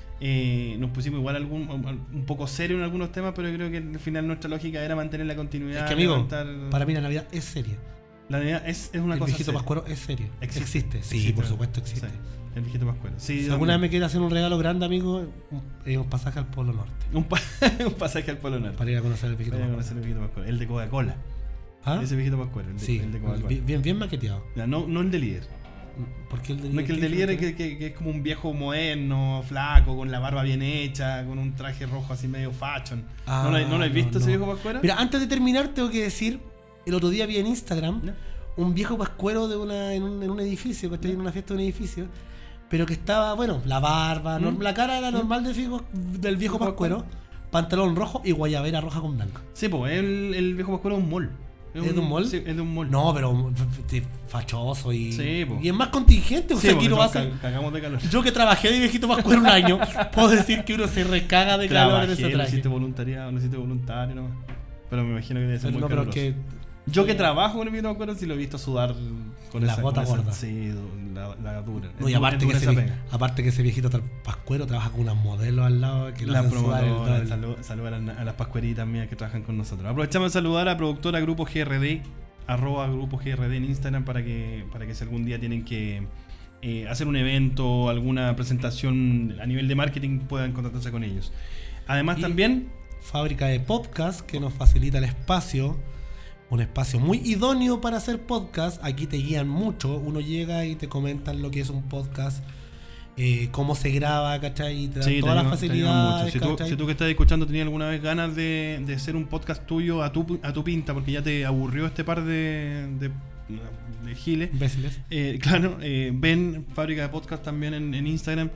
Eh, nos pusimos igual algún, un poco serio en algunos temas, pero creo que al final nuestra lógica era mantener la continuidad. Es que, amigo, levantar- para mí la Navidad es seria. la Navidad es, es una El cosa viejito seria. pascuero es serio. Existe. Existe, sí, Existe. por supuesto existe. Sí, el viejito pascuero. Sí, Si alguna vez me quiere hacer un regalo grande, amigo, un, eh, un pasaje al Polo Norte. un, pa- un pasaje al Polo Norte. Para ir a conocer el viejito Vayan a pascuero. conocer el viejito pascuero. El de Coca-Cola. ¿Ah? Ese viejito pascuero. El de, Sí, el de Coca-Cola. bien, bien, bien maqueteado. Ya, no, no el de líder. ¿Por qué el de No es que el de qué líder es diferencia? que, que- que es como un viejo moderno, flaco, con la barba bien hecha, con un traje rojo así medio fashion. Ah, ¿No, lo, ¿No lo has visto no, ese no. viejo pascuero? Mira, antes de terminar, tengo que decir: el otro día vi en Instagram ¿No? un viejo pascuero de una, en, un, en un edificio, que estoy en una fiesta de un edificio, pero que estaba, bueno, la barba, ¿Mm? norm- la cara era normal del viejo, del viejo pascuero, pantalón rojo y guayabera roja con blanco. Sí, pues el, el viejo pascuero es un mall. ¿Es de un mall? Sí, es de un mall. No, pero f- f- fachoso y, Sí, po. y es más contingente. O sí, sea, porque aquí no va a todos ser- ca- cagamos de calor. Yo que trabajé de viejito pascuero un año, puedo decir que uno se recaga de calor en Trabajé, ese lo traje. hiciste voluntariado, lo hiciste voluntario nomás. Pero me imagino que debe ser Pero muy no, pero caluroso. es que Yo que trabajo con el viejito pascuero sí lo he visto sudar con La esa bota con esa- gorda. Sí, la, la dura. no, y Es du- aparte es que, dura ese, esa vi- pega. aparte que ese viejito tra- pascuero trabaja con unas modelos al lado que lo La hacen sudar el promotora, doble. salud, salud a, las, a las pascueritas mías que trabajan con nosotros. Aprovechamos de saludar a productora Grupo G R D, arroba Grupo G R D en Instagram para que, para que si algún día tienen que eh, hacer un evento, alguna presentación a nivel de marketing puedan contactarse con ellos. Además Y- también, Fábrica de podcast que nos facilita el espacio, un espacio muy idóneo para hacer podcast. Aquí te guían mucho, uno llega y te comentan lo que es un podcast, eh, cómo se graba, ¿cachai? Y te dan sí, todas las te ayudan- te ayudan facilidades, mucho. Si tú, ¿cachai? si tú que estás escuchando tenías alguna vez ganas de, de hacer un podcast tuyo a tu, a tu pinta porque ya te aburrió este par de, de, de giles, Imbéciles. Eh, claro, eh, ven Fábrica de Podcast también en, en Instagram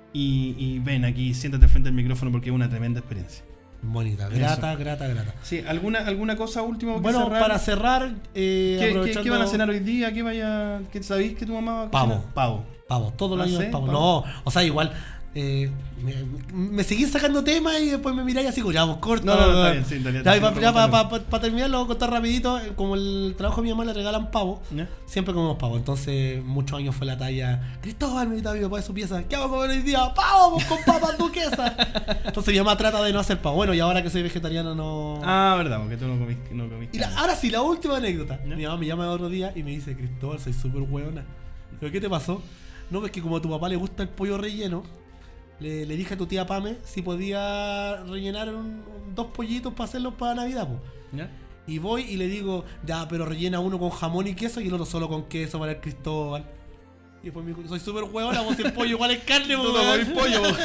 y, y ven aquí, siéntate frente al micrófono porque es una tremenda experiencia. Bonita, grata, grata, grata. Sí, ¿alguna, alguna cosa última que Bueno, cerrar? para cerrar, eh, ¿Qué, qué, aprovechando... qué van a cenar hoy día? ¿Qué vaya, qué sabéis que tu mamá va a Pavo. cocinar? Pavo. Pavo, todo el ¿Ah, año sí? es pavo. ¿Pavo? No, o sea, igual. Eh, me, me seguís sacando temas y después me miráis así como ya vos corto. No, no, no, está bien, sí, en realidad, Ya, sí, pa- no ya para preguntarlo. terminar, lo voy a contar rapidito. eh, Como el trabajo de mi mamá le regalan pavo, ¿Ya? siempre comemos pavo. Entonces, muchos años fue la talla: Cristóbal, me invita mi papá de su pieza. ¿Qué vamos a comer hoy día? ¡Pavo pues, con papas duquesas! Entonces, mi mamá trata de no hacer pavo. Bueno, y ahora que soy vegetariano, no. Ah, verdad, porque tú no comiste. No comiste Y la- ahora sí, la última anécdota. ¿Ya? Mi mamá me llama el otro día y me dice: Cristóbal, soy súper hueona. Digo, ¿qué te pasó? No, es que como a tu papá le gusta el pollo relleno, le, le dije a tu tía Pame si podía rellenar un- un- dos pollitos para hacerlos para Navidad, po. ¿Ya? Y voy y le digo: ya, pero rellena uno con jamón y queso y el otro solo con queso para el Cristóbal. Y después me dijo: soy súper hueona, vos el pollo igual es carne, Tú po, no weón". comís pollo, po.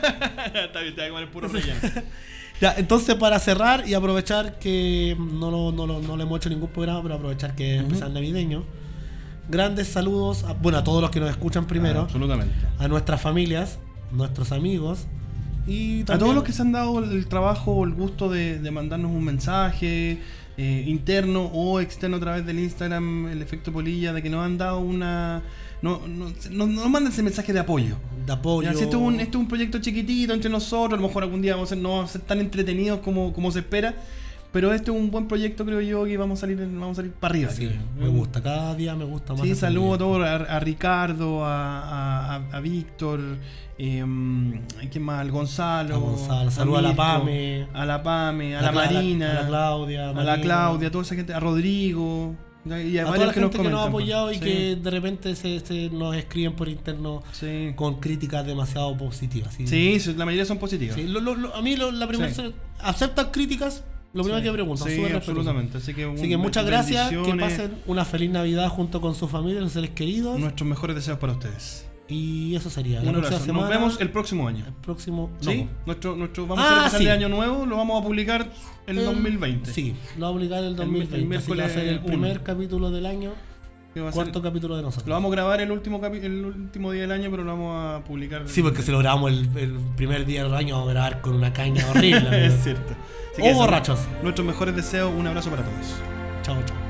Está bien, te voy a comer el puro relleno. Ya, entonces para cerrar y aprovechar que no, lo- no, lo- no le hemos hecho ningún programa, pero aprovechar que es Ujú. especial navideño. Grandes saludos a, bueno, a todos los que nos escuchan primero, Ah, absolutamente. a nuestras familias, nuestros amigos. Y A también, todos los que se han dado el trabajo o el gusto de, de mandarnos un mensaje eh, interno o externo a través del Instagram, el efecto polilla, de que nos han dado una... No, no, no, no manden ese mensaje de apoyo. de apoyo. Ya, si esto, es un, esto es un proyecto chiquitito entre nosotros, a lo mejor algún día vamos a ser, no vamos a ser tan entretenidos como, como se espera, pero este es un buen proyecto, creo yo, que vamos a salir, vamos a salir para arriba. Sí, creo. me gusta, cada día me gusta más. Sí, este saludo a proyecto. todos, a, a Ricardo, a, a, a, a Víctor, eh, ¿quién más? Al Gonzalo. A Gonzalo, saludo a la Mirko, Pame. A la Pame, a A la, la Cla- Marina. a la Claudia, A la Marina. Claudia, a toda esa gente, a Rodrigo. Y a, A toda varios la que nos gente que nos ha comentan, apoyado y sí. que de repente se, se nos escriben por interno Sí, con críticas demasiado positivas. ¿sí? sí, sí, la mayoría son positivas. Sí, lo- lo- lo- a mí lo- la primera Sí. aceptan críticas, lo primero Sí. que preguntan. Sí, súper respetuoso. absolutamente. Así que, Así un- que muchas gracias, que bendiciones. pasen una feliz Navidad junto con su familia, sus seres queridos. Nuestros mejores deseos para ustedes. Y eso sería. La Un próxima abrazo. semana, Nos vemos el próximo año. el próximo. ¿Sí? no, Nuestro, nuestro, vamos Ah, a hacer el especial sí. de año nuevo, lo vamos a publicar en el dos mil veinte. Sí, lo vamos a publicar el dos mil veinte. el así que va a ser el miércoles primer uno. capítulo del año, Que va a ser- cuarto capítulo de nosotros. Lo vamos a grabar el último capi- el último día del año, pero lo vamos a publicar. Sí, porque si lo grabamos el, el primer día del año, vamos a grabar con una caña horrible. Es amigo. cierto. Así O que eso, borrachos. Nuestros mejores deseos, un abrazo para todos. Chao, chao.